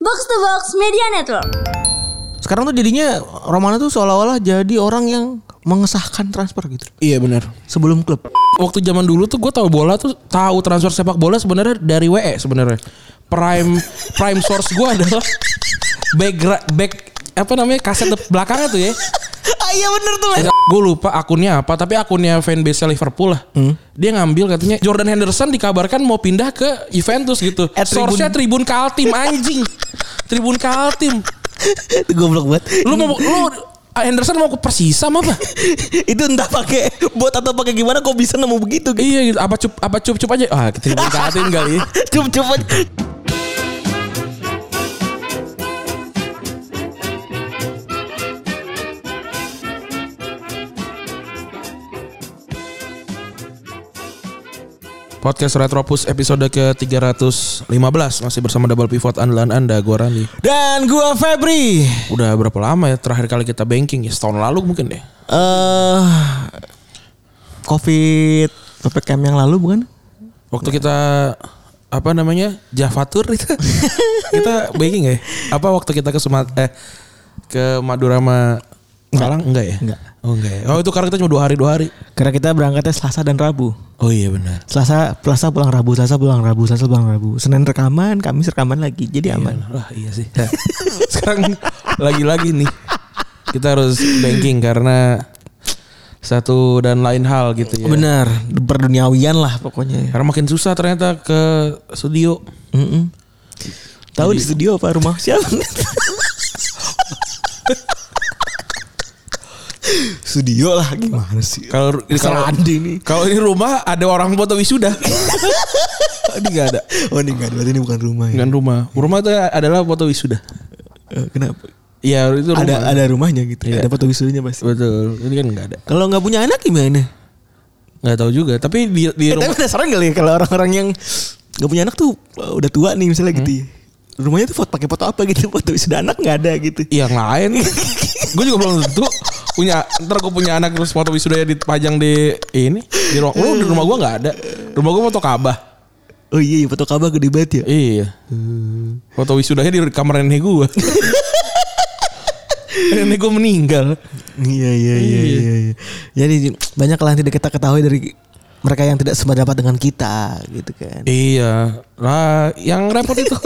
Box to Box Media Network. Sekarang tuh jadinya Romano tuh seolah-olah jadi orang yang mengesahkan transfer gitu. Iya benar. Sebelum klub. Waktu zaman dulu tuh gue tahu bola tuh tahu transfer sepak bola sebenarnya dari WE sebenarnya. Prime source gue adalah back apa namanya kaset belakangnya tuh ya. Iya bener tuh. Gue lupa akunnya apa, tapi akunnya fanbase Liverpool lah. Dia ngambil katanya Jordan Henderson dikabarkan mau pindah ke Juventus gitu. Source-nya Tribun Kaltim anjing. Tribun Kaltim. Itu goblok banget. Lu Henderson mau ke Persisam apa? Itu entah pakai bot atau pakai gimana kok bisa nemu begitu gitu. Iya gitu. Apa cup aja. Ah, kita Tribun Kaltim kali. Cup aja. Podcast Retropus episode ke-315 masih bersama Double Pivot andalan Anda, gua Randi. Dan gua Febri. Udah berapa lama ya terakhir kali kita banking ya? Setahun lalu mungkin deh. Covid PPKM yang lalu bukan? Waktu kita apa namanya? Javatur itu. Kita banking ya? Apa waktu kita ke Madura sama Malang enggak ya? Enggak. Oh enggak ya. Oh itu karena kita cuma 2 hari. Karena kita berangkatnya Selasa dan Rabu. Oh iya benar. Selasa pulang Rabu, Selasa pulang Rabu. Senin rekaman, Kamis rekaman lagi. Jadi aman. Wah iya sih. Sekarang lagi-lagi nih kita harus banking karena satu dan lain hal gitu ya. Benar, berduniawian lah pokoknya. Karena makin susah ternyata ke studio. Tahu di studio apa rumah siapa? Studio lah gimana sih? Kalau ini rumah ada orang foto wisuda. Ini enggak ada. Oh ini enggak ada. Berarti ini bukan rumah ya. Bukan rumah. Rumah itu adalah foto wisuda. Kenapa? Iya itu rumah. Ada rumahnya gitu. Ya. Ada foto wisudanya pasti. Betul. Ini kan enggak ada. Kalau enggak punya anak gimana? Enggak tahu juga. Tapi di rumah. Tapi penasaran kali ya kalau orang-orang yang enggak punya anak tuh udah tua nih misalnya gitu. Rumahnya tuh pakai foto apa gitu? Foto wisuda anak enggak ada gitu. Yang lain. Gue juga belum tentu ntar gue punya anak terus foto wisudanya dipajang di ruang. Di rumah gue nggak ada. Rumah gue foto Ka'bah. Oh iya foto Ka'bah gede banget ya. Iya. Foto wisudanya di kamar nenek gue. Nenek gue meninggal. Iya. Jadi banyak lah yang tidak kita ketahui dari mereka yang tidak sependapat dengan kita gitu kan. Iya. Nah, yang repot itu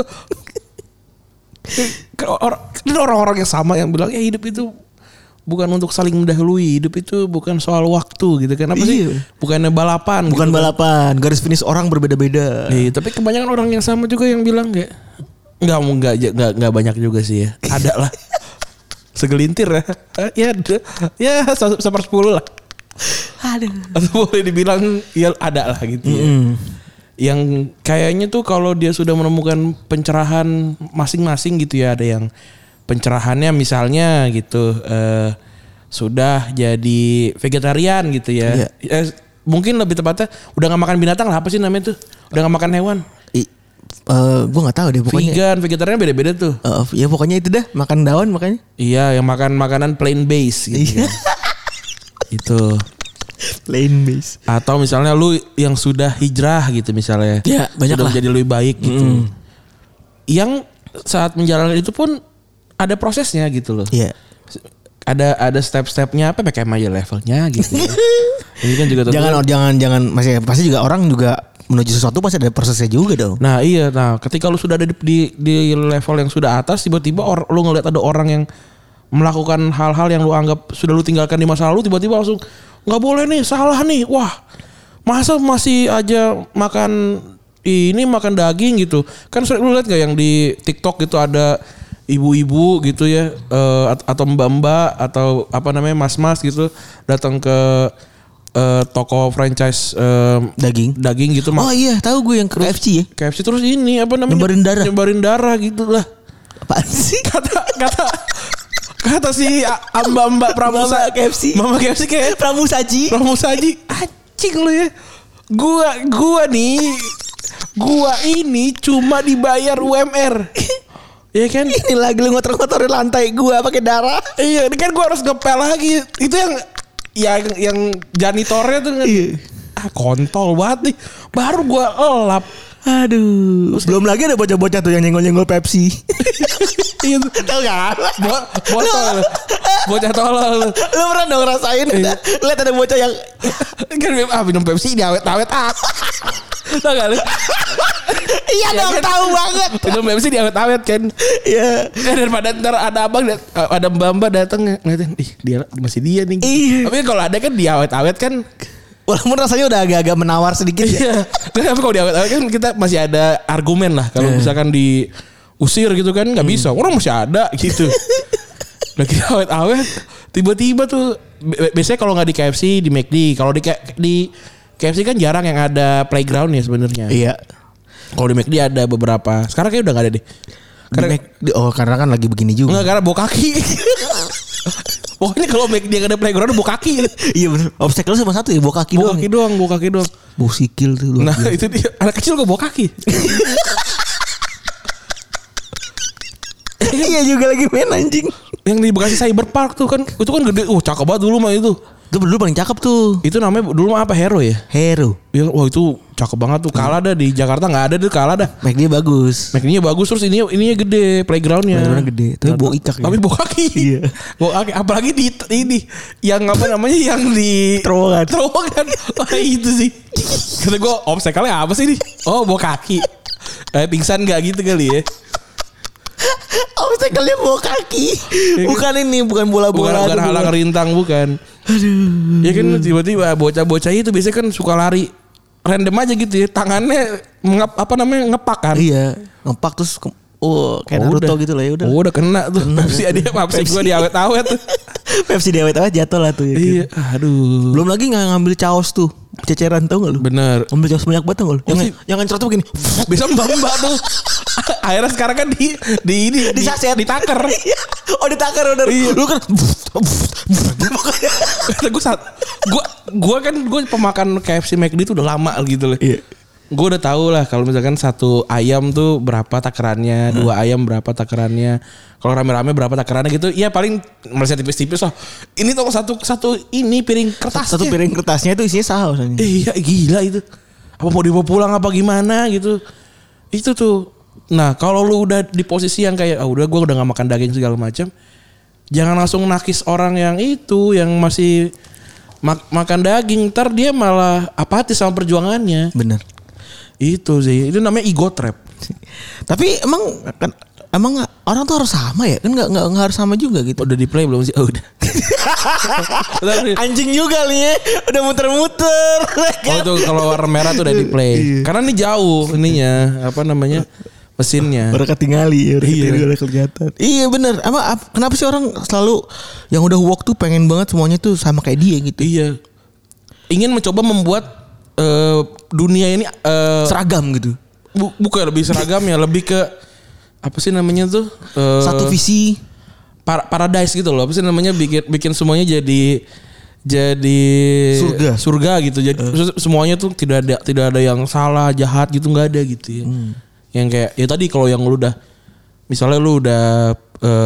orang-orang yang sama yang bilang ya hidup itu bukan untuk saling mendahului, hidup itu bukan soal waktu gitu kan. Apa sih? Bukannya balapan. Bukan gitu balapan, garis finish orang berbeda-beda. Iya, tapi kebanyakan orang yang sama juga yang bilang enggak banyak juga sih ya. Ada lah. Segelintir ya. Ya 1/10 lah. Aduh. Atau boleh dibilang ya ada lah gitu ya. Yang kayaknya tuh kalau dia sudah menemukan pencerahan masing-masing gitu ya, ada yang pencerahannya misalnya gitu sudah jadi vegetarian gitu ya. Mungkin lebih tepatnya udah gak makan binatang lah, apa sih namanya tuh? Udah gak makan hewan. Gue gak tahu deh pokoknya. Vegan, vegetarian beda-beda tuh. Ya pokoknya itu dah, makan daun makanya. Iya, yang makan makanan plain base gitu. Itu plain base. Atau misalnya lu yang sudah hijrah gitu misalnya. Ya banyak sudah lah. menjadi lebih baik gitu. Yang saat menjalani itu pun ada prosesnya gitu loh. Iya. Ada step-stepnya, apa PKM aja levelnya gitu ya. Ini kan juga jangan masih pasti juga orang juga menuju sesuatu pasti ada prosesnya juga dong. Nah iya, ketika lu sudah ada di level yang sudah atas, tiba-tiba lu ngelihat ada orang yang melakukan hal-hal yang lu anggap sudah lu tinggalkan di masa lalu, tiba-tiba langsung nggak boleh nih, salah nih, wah masa masih aja makan daging gitu. Kan sering lu lihat nggak yang di TikTok gitu ada ibu-ibu gitu ya, atau mbak-mbak atau apa namanya mas-mas gitu datang ke toko franchise daging gitu. Oh iya, tahu gue yang KFC ya. KFC terus ini apa namanya? Nyebarin darah gitu lah. Apaan sih? Kata si mbak pramusa KFC. Mama KFC kayak pramusaji. Anjing lu ya. Gua ini cuma dibayar UMR. Iya kan? Ini lagi lu ngotor-ngotorin lantai gua pakai darah. Iya, ini kan gua harus ngepel lagi. Itu yang janitornya tuh. Iya. Kontol banget nih. Baru gua elap. Aduh. Belum lagi ada bocah-bocah tuh yang nyenggol-nyenggol Pepsi. Iya tuh. Tahu gak? Botol. Bocah tolol. Lu pernah dong ngerasain lihat ada bocah yang Kan minum Pepsi diawet-awet Tahu gak lu? iya Ya dong, kan? tahu banget. Minum Pepsi diawet-awet kan. Iya. Daripada ntar ada abang ada mbak datang ngeliatin, ih dia masih dia nih. Iya. Tapi kalau ada kan diawet-awet kan. Walaupun rasanya udah agak-agak menawar sedikit ya. Iya. Tapi kalau diawet-awet kan kita masih ada argumen lah. Kalau misalkan diusir gitu kan nggak bisa. Orang masih ada gitu. Lagi awet-awet tiba-tiba tuh biasanya kalau nggak di KFC di McD. Kalau di KFC kan jarang yang ada playground ya sebenarnya. Iya. Kalau di McD ada beberapa. Sekarang kayaknya udah nggak ada deh. Karena kan lagi begini juga. Enggak, karena bawa kaki. Pokoknya kalau McD yang ada playground bawa kaki. Iya benar. Obstacle cuma satu ya, bawa kaki Bawa doang. kaki doang, bawa kaki doang. Bawa sikil tuh. Nah itu dia. Anak kecil kok bawa kaki. Iya juga lagi main anjing. Yang di Bekasi Cyber Park tuh kan. Itu kan gede. Cakep banget dulu mah itu. Itu dulu paling cakep tuh. Itu namanya dulu mah apa, Hero ya? Hero. Yang wah itu cakep banget tuh. Kalah dah di Jakarta nggak ada tuh, kalah dah. McD bagus. McD-nya bagus terus ininya gede playgroundnya. Playgroundnya gede. Tapi bawa ikak ya. Tapi bawa kaki. Iya. Bawa kaki. Apalagi di ini yang apa namanya yang di terowongan. Wah itu sih. Kata gue obstacle-nya apa sih nih? Oh bawa kaki. Pingsan nggak gitu kali ya? Obstacle-nya bawa kaki. Bukan ini, bukan bola-bola. Bukan halang rintang, bukan. Aduh. Ya kan tiba-tiba bocah-bocah itu biasanya kan suka lari random aja gitu ya. Tangannya ngepak kan. Iya, ngepak terus kayak Naruto udah. gitu lah ya udah. Udah kena tuh. Pepsi dia Pepsi gue diawet-awet tuh. Pepsi diawet-awet jatuh lah tuh ya. Iya, aduh. Belum lagi ngambil caos tuh. Ceceran tau gak lu? Bener. Ngambil caos banyak banget tau gak lu? Yang ngencrot tuh begini. Bisa mbak tuh. Akhirnya sekarang kan di saset. ditaker. Oh ditaker udah. Iya. Lu kan gue pemakan KFC McD itu udah lama gitu loh. Iya. Gue udah tahu lah kalau misalkan satu ayam tuh berapa takarannya, dua ayam berapa takarannya, kalau rame-rame berapa takarannya gitu. Iya paling meleset tipis-tipis lah. Ini tuh satu ini piring kertas. Satu piring kertasnya itu isinya saus. Iya gila itu. Apa mau dibawa pulang apa gimana gitu. Itu tuh. Nah kalau lu udah di posisi yang kayak udah gue udah gak makan daging segala macam, jangan langsung nakis orang yang itu yang masih makan daging. Ntar dia malah apatis sama perjuangannya. Bener. Itu sih, itu namanya ego trap. Tapi emang orang tuh harus sama ya? Kan nggak harus sama juga gitu. Udah di play belum sih? Oh, udah. Anjing juga nih ya. Udah muter-muter. Oh itu kalau warna merah tuh udah di play. Karena ini jauh ininya, apa namanya? Mesinnya. Udah ketinggali ya, udah kelihatan. Iya bener. Kenapa sih orang selalu yang udah walk tuh pengen banget semuanya tuh sama kayak dia gitu? Iya. Ingin mencoba membuat dunia ini seragam gitu. Bukan lebih seragam ya, lebih ke apa sih namanya tuh? Satu visi. Paradise gitu loh. Apa sih namanya, bikin semuanya jadi surga gitu. Jadi semuanya tuh tidak ada yang salah, jahat gitu, nggak ada gitu ya. Yang kayak ya tadi kalau yang lu udah misalnya lu udah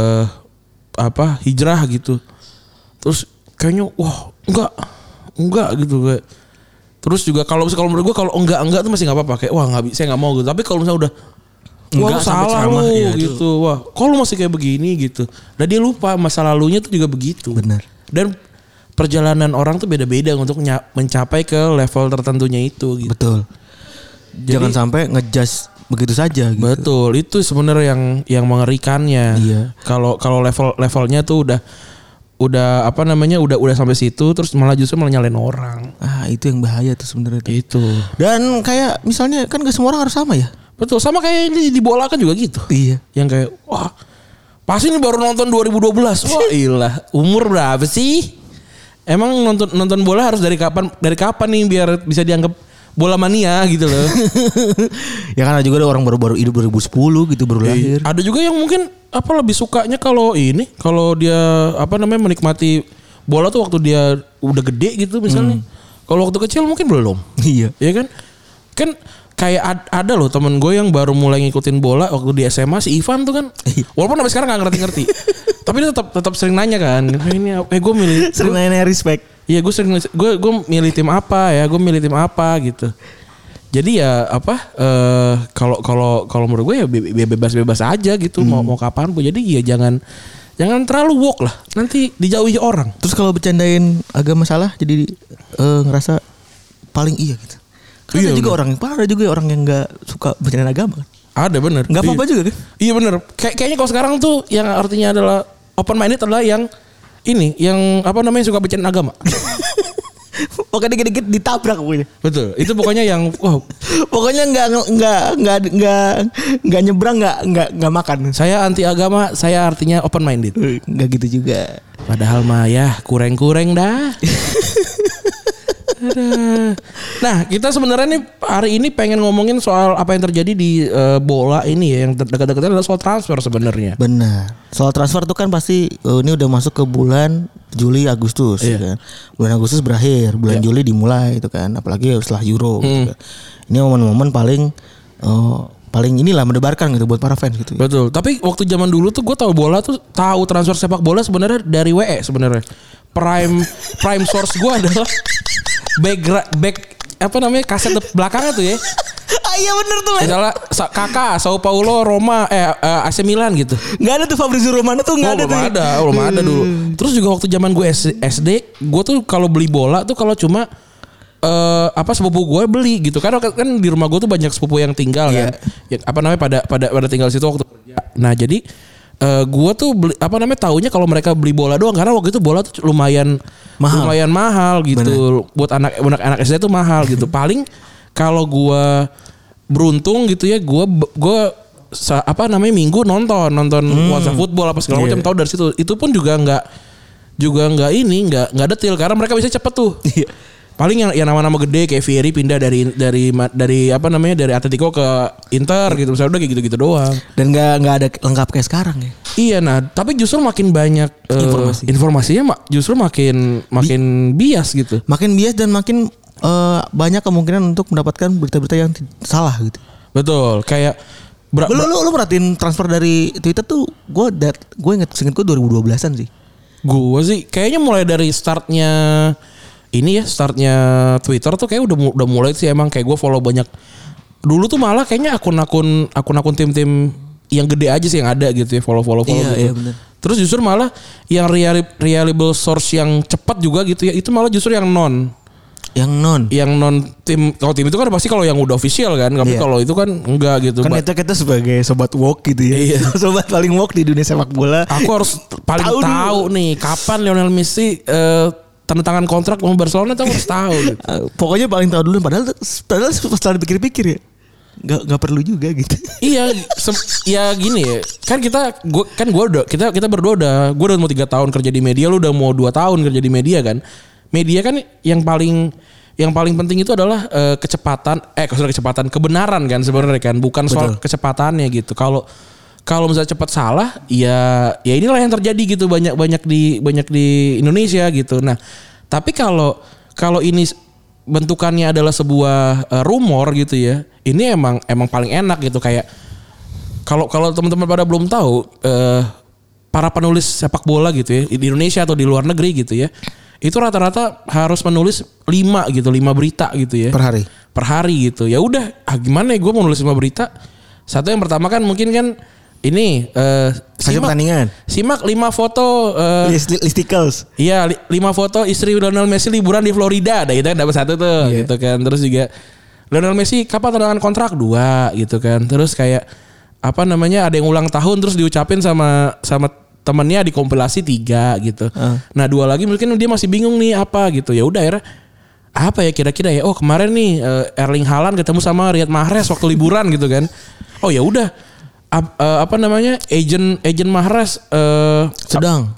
hijrah gitu. Terus kayaknya wah, enggak gitu kayak. Terus juga kalau menurut gue kalau enggak tuh masih nggak apa-apa, kayak wah nggak bisa, saya nggak mau gitu. Tapi kalau misalnya udah wah lu salah lu ya, gitu, wah kok lu masih kayak begini gitu. Dan dia lupa masa lalunya tuh juga begitu. Benar. Dan perjalanan orang tuh beda-beda untuk mencapai ke level tertentunya itu. Gitu. Betul. Jangan sampai ngejudge begitu saja. Gitu. Betul, itu sebenarnya yang mengerikannya. Iya. Kalau levelnya tuh udah apa namanya udah sampai situ, terus malah justru nyalain orang. Itu yang bahaya tuh sebenarnya tuh. Itu. Dan kayak misalnya kan gak semua orang harus sama ya. Betul, sama kayak ini di bola kan juga gitu. Iya. Yang kayak wah pasti ini baru nonton 2012. Wah ilah, umur berapa sih? Emang nonton bola harus dari kapan nih biar bisa dianggap bola mania gitu loh. Ya kan ada juga ada orang baru hidup 2010 gitu baru lahir. Ada juga yang mungkin lebih sukanya kalau dia menikmati bola tuh waktu dia udah gede gitu misalnya. Kalau waktu kecil mungkin belum. Iya. Ya kan? Kan kayak ada loh temen gue yang baru mulai ngikutin bola waktu di SMA, si Ivan tuh kan. Walaupun sampai sekarang gak ngerti-ngerti. Tapi dia tetap sering nanya kan. Ini gue milih. Sering nanya respect. Iya gue milih tim apa ya. Gue milih tim apa gitu. Jadi ya kalau menurut gue ya bebas aja gitu mau kapan pun. Jadi ya jangan terlalu woke lah. Nanti dijauhi orang. Terus kalau bercandain agama salah jadi ngerasa paling iya gitu. Kan ada juga orang yang nggak suka bercandain agama kan. Ada bener. Nggak apa-apa juga kan? Iya bener. Kayaknya kalau sekarang tuh yang artinya adalah open minded adalah yang suka bercandain agama. Pokoknya dikit-dikit ditabrak pokoknya. Betul. Itu pokoknya yang pokoknya nggak nyebrang nggak makan. Saya anti agama, saya artinya open minded. Nggak gitu juga. Padahal mah ya kurang-kurang dah. Nah, kita sebenarnya nih hari ini pengen ngomongin soal apa yang terjadi di bola ini ya, yang dekat-dekatnya adalah soal transfer sebenarnya. Benar. Soal transfer tuh kan pasti ini udah masuk ke bulan Juli Agustus kan. Bulan Agustus berakhir, bulan Juli dimulai itu kan, apalagi setelah Euro gitu kan. Ini momen-momen paling inilah mendebarkan gitu buat para fans gitu. Betul. Tapi waktu zaman dulu tuh gue tahu transfer sepak bola sebenarnya dari WE sebenarnya. Prime source gue adalah kaset belakangnya tuh ya. Iya bener tuh. Adalah Kakak, Sao Paulo, Roma, AC Milan gitu. Nggak ada tuh Fabrizio Romano tuh nggak ada tuh. Belum ada dulu. Terus juga waktu zaman gue SD, gue tuh kalau beli bola tuh kalau cuma sepupu gue beli gitu kan di rumah gue tuh banyak sepupu yang tinggal kan. Yang pada tinggal situ waktu kerja. Nah, jadi gue tuh beli taunya kalau mereka beli bola doang karena waktu itu bola tuh lumayan mahal gitu. Bener. Buat anak SD tuh mahal gitu. Paling kalau gue beruntung gitu ya, gue minggu nonton WhatsApp football apa segala macam, tahu dari situ. Itu pun juga nggak detail karena mereka bisa cepet tuh. Paling yang nama-nama gede kayak Vieri pindah dari Atletico ke Inter gitu, misalnya udah kayak gitu-gitu doang. Dan nggak ada lengkap kayak sekarang ya. Iya, nah tapi justru makin banyak informasinya justru makin bias gitu. Makin bias dan makin banyak kemungkinan untuk mendapatkan berita-berita yang salah gitu. Betul, kayak lu perhatiin transfer dari Twitter tuh, gue inget 2012-an sih. Gue sih kayaknya mulai dari startnya Twitter tuh kayak udah mulai sih emang kayak gue follow banyak. Dulu tuh malah kayaknya akun tim-tim yang gede aja sih yang ada gitu ya, follow gitu. Iya, bener. Terus justru malah yang reliable source yang cepat juga gitu ya, itu malah justru yang non tim. Kalau tim itu kan pasti kalau yang udah official kan, tapi kalau itu kan enggak gitu. Kan kita sebagai sobat woke gitu ya. Iya. Sobat paling woke di dunia sepak bola. Aku harus paling tahu nih kapan Lionel Messi tanda tangan kontrak sama Barcelona, tuh harus tahu gitu. Pokoknya paling tahu dulu, padahal setelah dipikir-pikir ya nggak perlu juga gitu. Iya, ya gini ya. Kan kita berdua gue udah mau 3 tahun kerja di media, lu udah mau 2 tahun kerja di media kan. Media kan yang paling penting itu adalah kebenaran kan sebenarnya kan, bukan soal kecepatannya gitu. Kalau misalnya cepat salah, ya inilah yang terjadi gitu, banyak di Indonesia gitu. Nah, tapi kalau ini bentukannya adalah sebuah rumor gitu ya, ini emang paling enak gitu. Kayak kalau teman-teman pada belum tahu, para penulis sepak bola gitu ya di Indonesia atau di luar negeri gitu ya, itu rata-rata harus menulis 5 berita gitu ya per hari gitu. Ya udah, gimana ya gue mau nulis 5 berita. Satu yang pertama kan mungkin kan ini simak 5 foto listicles. Iya, 5 foto istri Lionel Messi liburan di Florida. Nah, itu kan dapat 1 tuh gitu kan. Terus juga Lionel Messi kapan tanda tangan kontrak 2 gitu kan. Terus kayak ada yang ulang tahun terus diucapin sama temennya dikompilasi 3 gitu. Nah 2 lagi mungkin dia masih bingung nih apa gitu. Ya udah akhirnya apa ya kira-kira ya. Oh kemarin nih Erling Haaland ketemu sama Riyad Mahrez waktu liburan gitu kan. Oh ya udah. Agent Mahrez sedang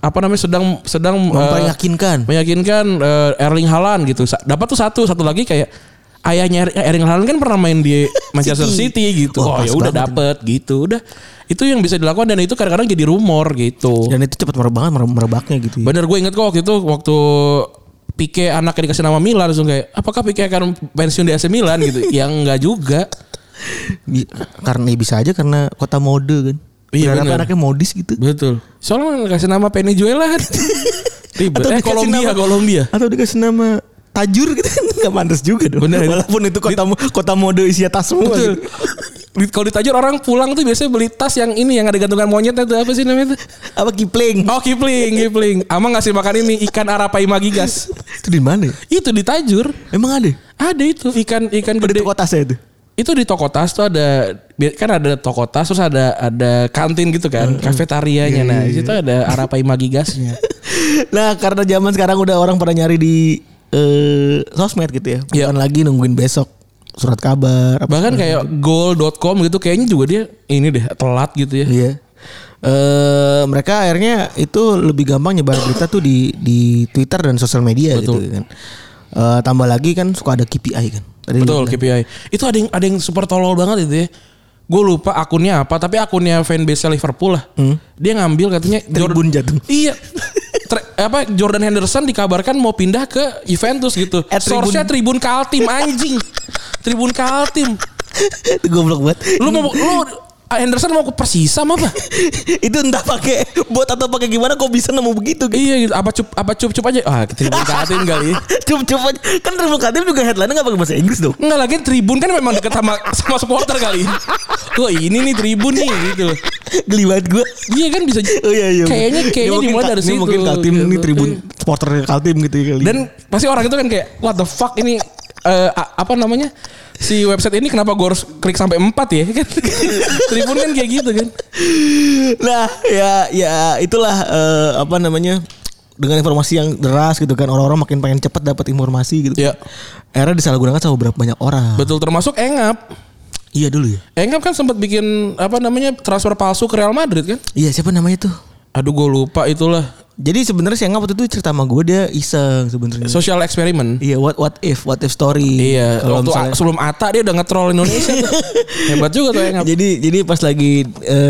meyakinkan Erling Haaland gitu. Dapat tuh satu lagi kayak ayahnya Erling Haaland kan pernah main di Manchester City gitu. Oh ya udah dapet gitu. Udah itu yang bisa dilakukan dan itu kadang-kadang jadi rumor gitu. Dan itu cepat merebaknya gitu. Ya. Bener, gue inget kok waktu Pique anaknya dikasih nama Milan langsung kayak apakah Pique akan pensiun di AC Milan gitu? Yang enggak juga. Karena bisa aja karena kota mode kan. Iya benar. Anaknya modis gitu. Betul. Soalnya kasih nama Venezuela kan. Ribet. Colombia. Atau dikasih nama tajur gitu kan nggak pantas juga dong. Bener. Walaupun itu kota mode isinya tas semua. Betul. Gitu. Kalau di Tajur orang pulang tuh biasanya beli tas yang ini yang ada gantungan monyetnya tuh apa sih namanya tuh? Apa Kipling? Oh Kipling. Ama ngasih makan ini ikan arapaima gigas. Itu di mana? Itu di Tajur. Emang ada? Ada itu ikan gede. Di toko tasnya itu. Itu di toko tas tuh ada toko tas terus ada kantin gitu kan, kafetarianya. Nah, di situ ada arapaima gigasnya. Nah, karena zaman sekarang udah orang pada nyari di sosmed gitu ya. Bukan lagi nungguin besok surat kabar. Bahkan kayak goal.com gitu kayaknya juga dia ini deh telat gitu ya. Iya. Mereka akhirnya itu lebih gampang nyebar berita tuh di Twitter dan sosial media. Betul. Gitu kan. Tambah lagi kan suka ada KPI kan. Betul KPI. Itu ada yang super tolol banget itu ya. Gue lupa akunnya apa, tapi akunnya fanbase Liverpool lah. Dia ngambil katanya Tribun jatuh. Iya. Jordan Henderson dikabarkan mau pindah ke Juventus gitu. Source-nya Tribun Kaltim anjing. Tribun Kaltim. Itu goblok banget. Lu Henderson mau ke Persisam apa? Itu entah pakai bot atau pakai gimana kok bisa nemu begitu gitu. Iya gitu. Apa cup aja. Ke Tribun Kaltim kali. Cup aja. Kan Tribun Kaltim juga headline-nya enggak pakai bahasa Inggris dong. Enggak lagi Tribun kan memang dekat sama supporter kali. Wah ini nih Tribun nih gitu. Geli banget gue. Iya kan bisa. Oh iya. Kayaknya dimulai dari situ. Mungkin Kaltim gitu. ini Tribun supporter Kaltim gitu ya kali. Dan pasti orang itu kan kayak what the fuck ini apa namanya? Si website ini kenapa gue harus klik sampai 4 ya kan? Tribun kan kayak gitu kan. Nah ya itulah apa namanya, dengan informasi yang deras gitu kan, orang-orang makin pengen cepat dapat informasi gitu. Iya. Akhirnya disalahgunakan sama berapa banyak orang. Betul, termasuk Engap. Iya dulu ya. Engap kan sempat bikin apa namanya transfer palsu ke Real Madrid kan? Iya, siapa namanya tuh? Aduh gue lupa itulah. Jadi sebenarnya si Engap waktu itu cerita sama gue, dia iseng sebenarnya. Social experiment. Iya, what if story. Iya, kalau waktu misalnya sebelum Atta dia udah nge-troll Indonesia tuh. Hebat juga tuh Engap. Jadi pas lagi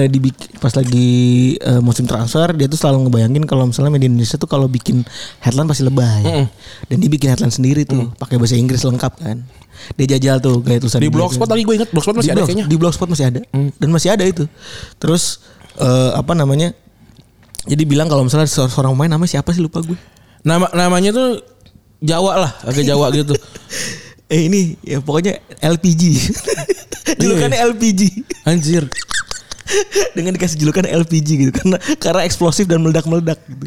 musim transfer, dia tuh selalu ngebayangin kalau misalnya media Indonesia tuh kalau bikin headline pasti lebay. Dan dia bikin headline sendiri tuh, pakai bahasa Inggris lengkap kan. Dia jajal tuh gaya tulisan di Blogspot lagi, gue inget Blogspot masih ada kayaknya. Di Blogspot masih ada. Dan masih ada itu. Terus apa namanya? Jadi bilang kalau misalnya seorang pemain namanya siapa sih, lupa gue. Namanya tuh Jawa lah, agak Jawa gitu. Ini ya pokoknya LPG. Julukannya LPG. Anjir. Dengan dikasih julukan LPG gitu karena eksplosif dan meledak-meledak gitu.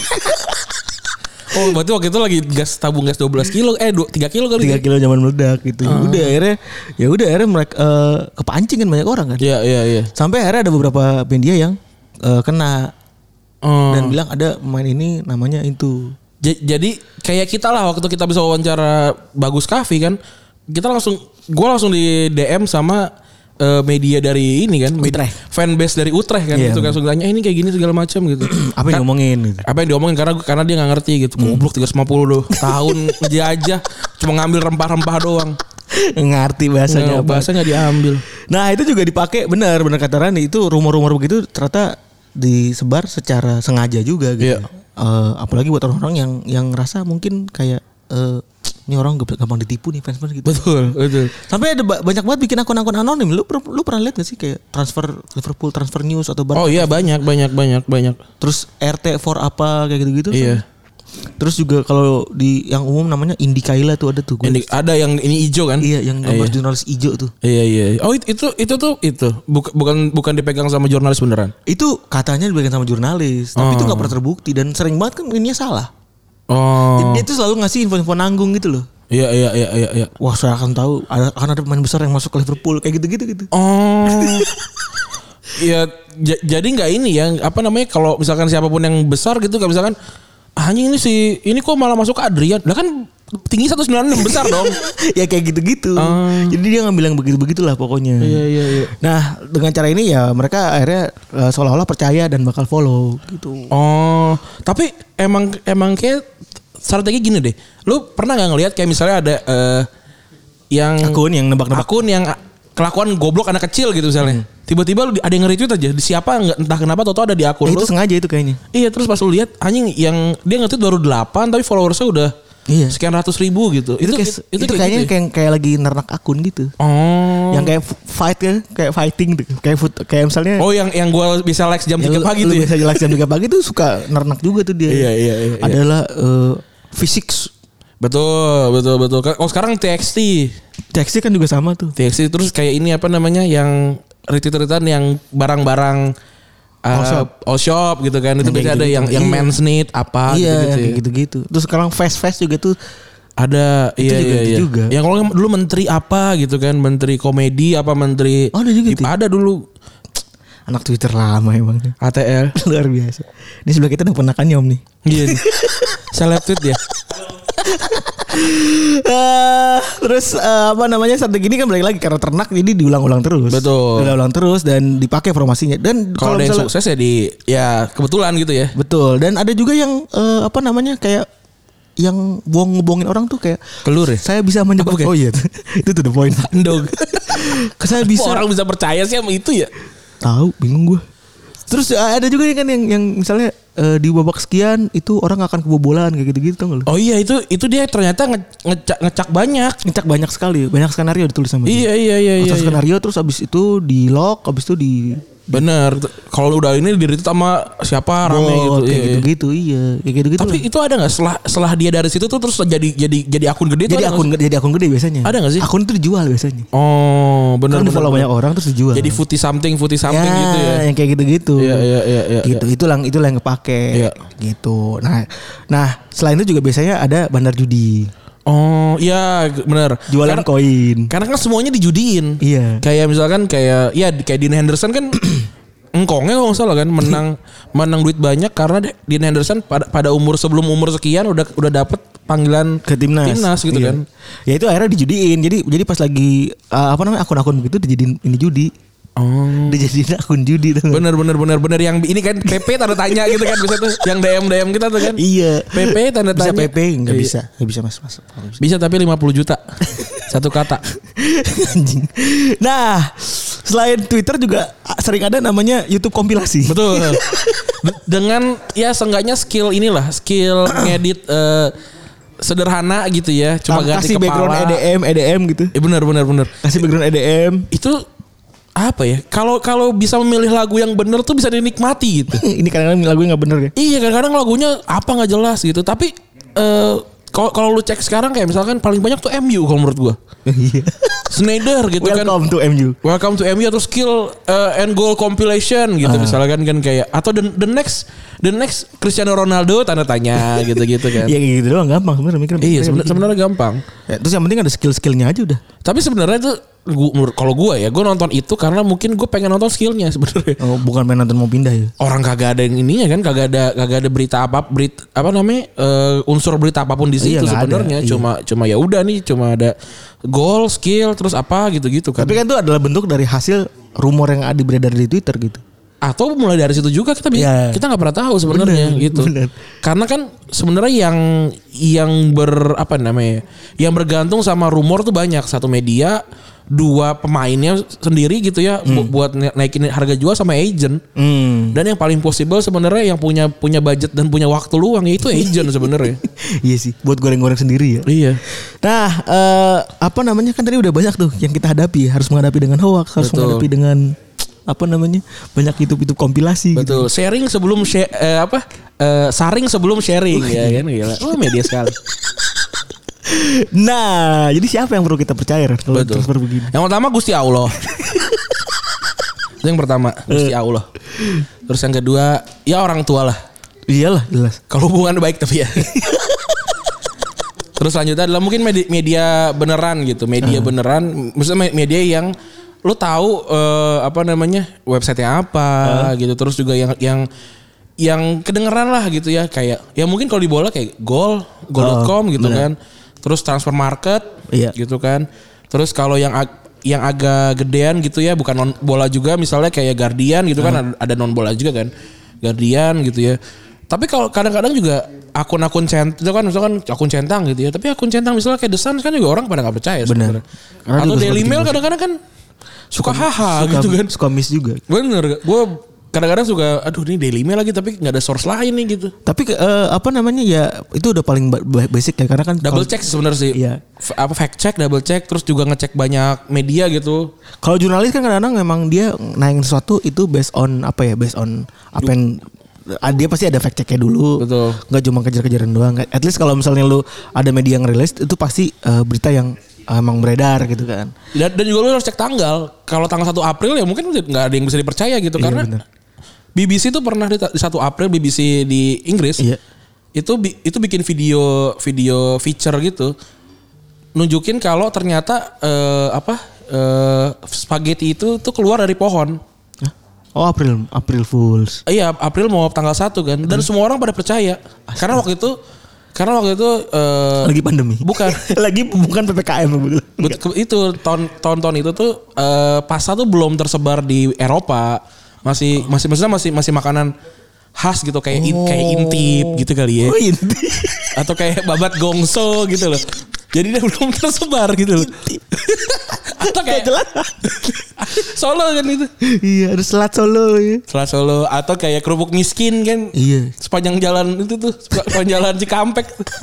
Oh, berarti waktu itu lagi tabung gas 12 kilo 3 kilo kali. 3 kilo zaman meledak gitu. Akhirnya mereka kepancing kan banyak orang kan. Iya. Sampai akhirnya ada beberapa media yang kena dan bilang ada pemain ini namanya itu. Jadi kayak kita lah waktu kita bisa wawancara Bagus Kavi kan, gue langsung di DM sama media dari ini kan, Utrecht. Fanbase dari Utrecht kan, gitu kan, langsung tanya ini kayak gini segala macam gitu. Apa yang diomongin? Gitu. Apa yang diomongin karena dia nggak ngerti gitu. Goblok 350 tahun jajah cuma ngambil rempah-rempah doang. Ngerti bahasanya apa? Bahasanya diambil. Nah itu juga dipakai benar kata Rani, itu rumor-rumor begitu ternyata disebar secara sengaja juga gitu. Yeah. Apalagi buat orang-orang yang ngerasa mungkin kayak ini orang gampang ditipu nih fans gitu. Betul. Sampai ada banyak banget bikin akun-akun anonim. Lu pernah lihat gak sih kayak transfer Liverpool, transfer news atau Oh iya banyak. Terus RT for apa kayak gitu-gitu. Iya. Terus juga kalau di yang umum namanya Indi Kaila tuh ada tuh. Ada yang ini hijau kan? Iya, yang gambar jurnalis hijau tuh. Iya. Oh itu. Bukan dipegang sama jurnalis beneran. Itu katanya dipegang sama jurnalis, tapi itu nggak pernah terbukti dan sering banget kan ininya salah. Oh. Dia tuh selalu ngasih info-info nanggung gitu loh. Iya. Wah, saya akan tahu akan ada pemain besar yang masuk ke Liverpool kayak gitu. Oh. Iya, jadi nggak ini ya, apa namanya, kalau misalkan siapapun yang besar gitu, kayak misalkan anjing ini kok malah masuk ke Adrian. Lah kan tinggi 196 besar dong. Ya kayak gitu-gitu. Jadi dia ngambil yang begitu-begitulah pokoknya. Iya. Nah, dengan cara ini ya mereka akhirnya seolah-olah percaya dan bakal follow gitu. Oh, tapi emang kayak strategi gini deh. Lu pernah nggak ngelihat kayak misalnya ada yang akun yang nebak-nebak, akun yang kelakuan goblok anak kecil gitu misalnya. Tiba-tiba ada yang nge-retweet aja. Di siapa entah kenapa tau ada di akun lu. Itu sengaja itu kayaknya. Iya, terus pas lu lihat anjing yang dia nge-tweet baru 8 tapi followersnya udah sekian ratus ribu gitu. Itu kayaknya gitu ya? kayak lagi nernak akun gitu. Oh. Yang kayak fight ya, kayak fighting gitu. Kayak misalnya. Oh, yang gua bisa like jam 3 pagi tuh. Bisa like jam 3 pagi tuh suka nernak juga tuh dia. Iya. Adalah physics Betul. Oh sekarang TXT kan juga sama tuh. TXT terus kayak ini apa namanya yang retweet-retweetan yang barang-barang all shop gitu kan. Itu biasanya ada yang men's need apa iya, gitu-gitu. Iya gitu-gitu. Terus sekarang fast juga tuh ada itu iya. juga. Yang kalau dulu menteri apa gitu kan, menteri komedi apa menteri ada juga tuh. Ada dulu. Anak Twitter lama emang. ATL luar biasa. Ini sebelah kita udah pernah kan Nyom nih. Iya nih. Seleb tweet ya. Terus apa namanya strategi ini kan balik lagi karena ternak jadi diulang-ulang terus. Betul. Diulang terus dan dipakai formasinya. Dan kalau ada yang sukses ya kebetulan gitu ya. Betul. Dan ada juga yang apa namanya kayak yang ngebohongin orang tuh kayak kelur ya. Saya bisa menyebab. Oh iya itu tuh the point. Endog. Saya bisa. Orang bisa percaya sih sama itu ya. Tahu bingung gue. Terus ada juga kan yang misalnya di babak sekian itu orang akan kebobolan kayak gitu-gitu tau gak lu? Oh iya itu dia ternyata ngecak banyak. Ngecak banyak sekali. Banyak skenario ditulis sama dia. Iya. Skenario terus abis itu di lock, abis itu di bener. Kalau udah ini di-retweet sama siapa rame gitu. Kayak gitu-gitu iya. Kayak gitu-gitu. Tapi itu ada enggak setelah dia dari situ tuh terus jadi akun gede jadi akun gede biasanya. Ada enggak sih? Akun itu dijual biasanya. Oh, benar. Kan di-follow banyak orang terus dijual. Jadi footy something gitu ya. Yang kayak gitu-gitu. Iya. Gitu. Itulah yang kepake. Iya. Gitu. Nah, selain itu juga biasanya ada bandar judi. Oh iya benar. Jualan koin. Karena kan semuanya dijudiin. Iya. Kayak misalkan kayak Dean Henderson kan engkongnya kalau nggak salah kan menang duit banyak karena Dean Henderson pada sebelum umur sekian udah dapet panggilan ke timnas gitu kan. Ya itu akhirnya dijudiin. Jadi pas lagi akun-akun begitu dijadiin ini judi. Oh. Dijadiin akun judi tuh. Bener yang ini kan PP tanda tanya gitu kan bisa tuh yang DM kita tuh kan. Iya. PP tanda tanya. Bisa PP enggak bisa. Enggak bisa Mas. Bisa tapi 50 juta. Satu kata. Anjing. Nah, selain Twitter juga sering ada namanya YouTube kompilasi. Betul. Dengan ya seenggaknya skill ngedit sederhana gitu ya. Cuma ganti kasih kepala. background EDM gitu. Bener. Kasih background EDM. Itu apa ya? Kalau bisa memilih lagu yang bener tuh bisa dinikmati gitu. Ini kadang-kadang lagunya nggak bener ya? Iya kadang-kadang lagunya apa nggak jelas gitu. Tapi kalau lu cek sekarang kayak misalkan paling banyak tuh MU kalau menurut gua. Iya. Snyder gitu kan. Welcome to MU atau skill and goal compilation gitu misalkan kan kayak atau the next Cristiano Ronaldo tanda tanya gitu-gitu kan. Iya gitu doang gampang sebenarnya mikir. Iya sebenarnya gampang. Ya, terus yang penting ada skill-skillnya aja udah. Tapi sebenarnya tuh kalau gue nonton itu karena mungkin gue pengen nonton skillnya sebenarnya. Oh, bukan pengen nonton mau pindah ya? Orang kagak ada yang ininya kan, kagak ada berita unsur berita apapun di situ sebenarnya. Cuma ya udah nih, cuma ada goal, skill, terus apa gitu-gitu kan. Tapi kan itu adalah bentuk dari hasil rumor yang ada beredar di Twitter gitu. Atau mulai dari situ juga kita nggak pernah tahu sebenarnya gitu. Bener. Karena kan sebenarnya yang bergantung sama rumor tuh banyak. Satu media, dua pemainnya sendiri gitu ya buat naikin harga jual sama agent. Dan yang paling possible sebenarnya yang punya budget dan punya waktu luang yaitu agent sebenarnya. Iya sih, buat goreng-goreng sendiri ya. Iya. Nah, kan tadi udah banyak tuh yang kita hadapi, harus menghadapi dengan hoax, harus menghadapi dengan banyak YouTube kompilasi. Betul. Gitu. Sharing sebelum saring sebelum sharing ya kan gila. Oh media sekali. Nah, jadi siapa yang perlu kita percaya kalau transfer begini? Yang pertama Gusti Allah. Itu yang pertama Gusti Allah. Terus yang kedua ya orang tua lah. Iyalah jelas. Kalau hubungan baik tapi ya. Terus selanjutnya adalah mungkin media beneran gitu, media beneran, maksudnya media yang lu tahu websitenya apa gitu, terus juga yang kedengeran lah gitu ya, kayak ya mungkin kalau di bola kayak goal.com gitu kan, terus transfer market gitu kan, terus kalau yang agak gedean gitu ya, bukan non bola juga misalnya kayak Guardian gitu kan, ada non bola juga kan, Guardian gitu ya. Tapi kalau kadang-kadang juga akun-akun itu kan misalkan akun centang gitu ya, tapi akun centang misalnya kayak The Sun kan juga orang pada nggak percaya sebenarnya. Atau Daily Mail kadang-kadang kan suka haha gitu kan, suka miss juga. Bener, gue kadang-kadang suka aduh ini Daily Mail lagi tapi nggak ada source lain nih gitu. Tapi ya itu udah paling basic ya, karena kan double check sebenarnya sih. Iya. Fact check, double check, terus juga ngecek banyak media gitu. Kalau jurnalis kan kadang-kadang memang dia naikin sesuatu itu based on apa yang Dia pasti ada fact checknya dulu. Betul. Nggak cuma kejar-kejaran doang. At least kalau misalnya lu ada media yang rilis itu pasti berita yang emang beredar gitu kan. Dan juga lu harus cek tanggal. Kalau tanggal 1 April ya mungkin nggak ada yang bisa dipercaya gitu. Karena bener. BBC tuh pernah di 1 April, BBC di Inggris. Iya. Itu bikin video feature gitu. Nunjukin kalau ternyata spaghetti itu tuh keluar dari pohon. Oh April Fools. Iya, April mau tanggal 1 kan. Dan semua orang pada percaya. Karena waktu itu lagi pandemi. Bukan. bukan PPKM betul. Itu tahun-tahun itu tuh pasta tuh belum tersebar di Eropa. Masih makanan khas gitu kayak intip gitu kali ya. Oh, intip. Atau kayak babat gongso gitu loh. Jadi dia belum tersebar gitu loh. Atau kayak jelas. Solo kan itu. Iya, ada selat Solo ya. Selat Solo atau kayak kerupuk miskin kan. Iya. Sepanjang jalan itu tuh, sepanjang jalan Cikampek.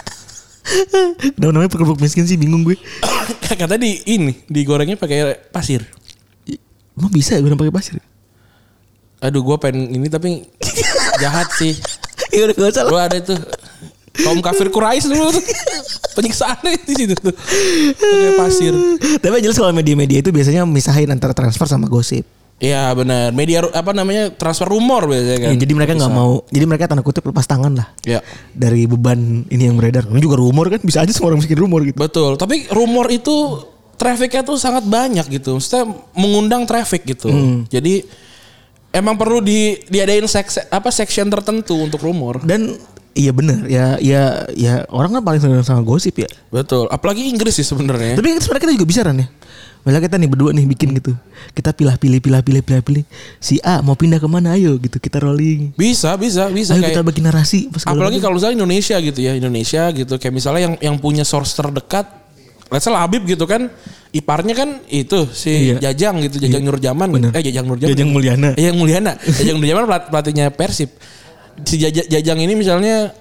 Namanya kerupuk miskin sih bingung gue. Kata digorengnya pakai pasir. Emang bisa ya pakai pasir? Aduh, gue pengen ini tapi jahat sih. Iya udah gak usah. Gue ada tuh kaum kafir Quraisy dulu tuh. Penyiksaannya di situ tuh. Pakai pasir. Tapi jelas kalau media-media itu biasanya misahin antara transfer sama gosip. Iya benar. Media transfer rumor biasanya kan. Ya, jadi mereka nggak mau. Jadi mereka tanda kutip lepas tangan lah. Ya. Dari beban ini yang beredar. Ini juga rumor kan. Bisa aja semua orang bikin rumor gitu. Betul. Tapi rumor itu trafficnya tuh sangat banyak gitu. Maksudnya mengundang traffic gitu. Jadi emang perlu diadain section tertentu untuk rumor. Dan iya benar ya orang kan paling senang sama gosip ya. Betul. Apalagi Inggris sih sebenarnya. Tapi sebenarnya kita juga bisa kan ya. Misalnya kita nih berdua nih bikin gitu. Kita pilih. Si A mau pindah kemana ayo gitu. Kita rolling. Bisa. Ayo kayak, kita bagi narasi. Apalagi kalau misalnya Indonesia gitu ya. Indonesia gitu. Kayak misalnya yang punya source terdekat. Let's say Habib gitu kan. Iparnya kan itu si Jajang gitu. Jajang Nurjaman. Jajang Nurjaman. Jajang Mulyana. Jajang Nurjaman pelatihnya Persib. Si Jajang ini misalnya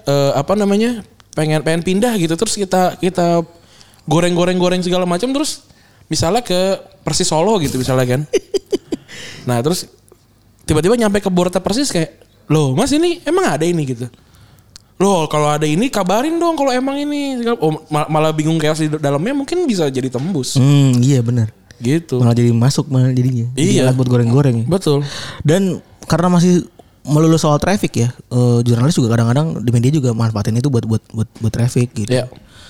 pengen pindah gitu. Terus kita goreng segala macam. Terus misalnya ke Persis Solo gitu misalnya kan. Nah terus tiba-tiba nyampe ke Borta Persis kayak, loh mas ini emang ada ini gitu. Loh kalau ada ini kabarin dong kalau emang ini. Malah bingung chaos di dalamnya mungkin bisa jadi tembus. Iya benar. Gitu. Malah jadi masuk malah jadinya. Iya. Jadi buat goreng-goreng. Betul. Dan karena masih melulu soal traffic ya, jurnalis juga kadang-kadang di media juga manfaatin itu buat traffic gitu. Iya.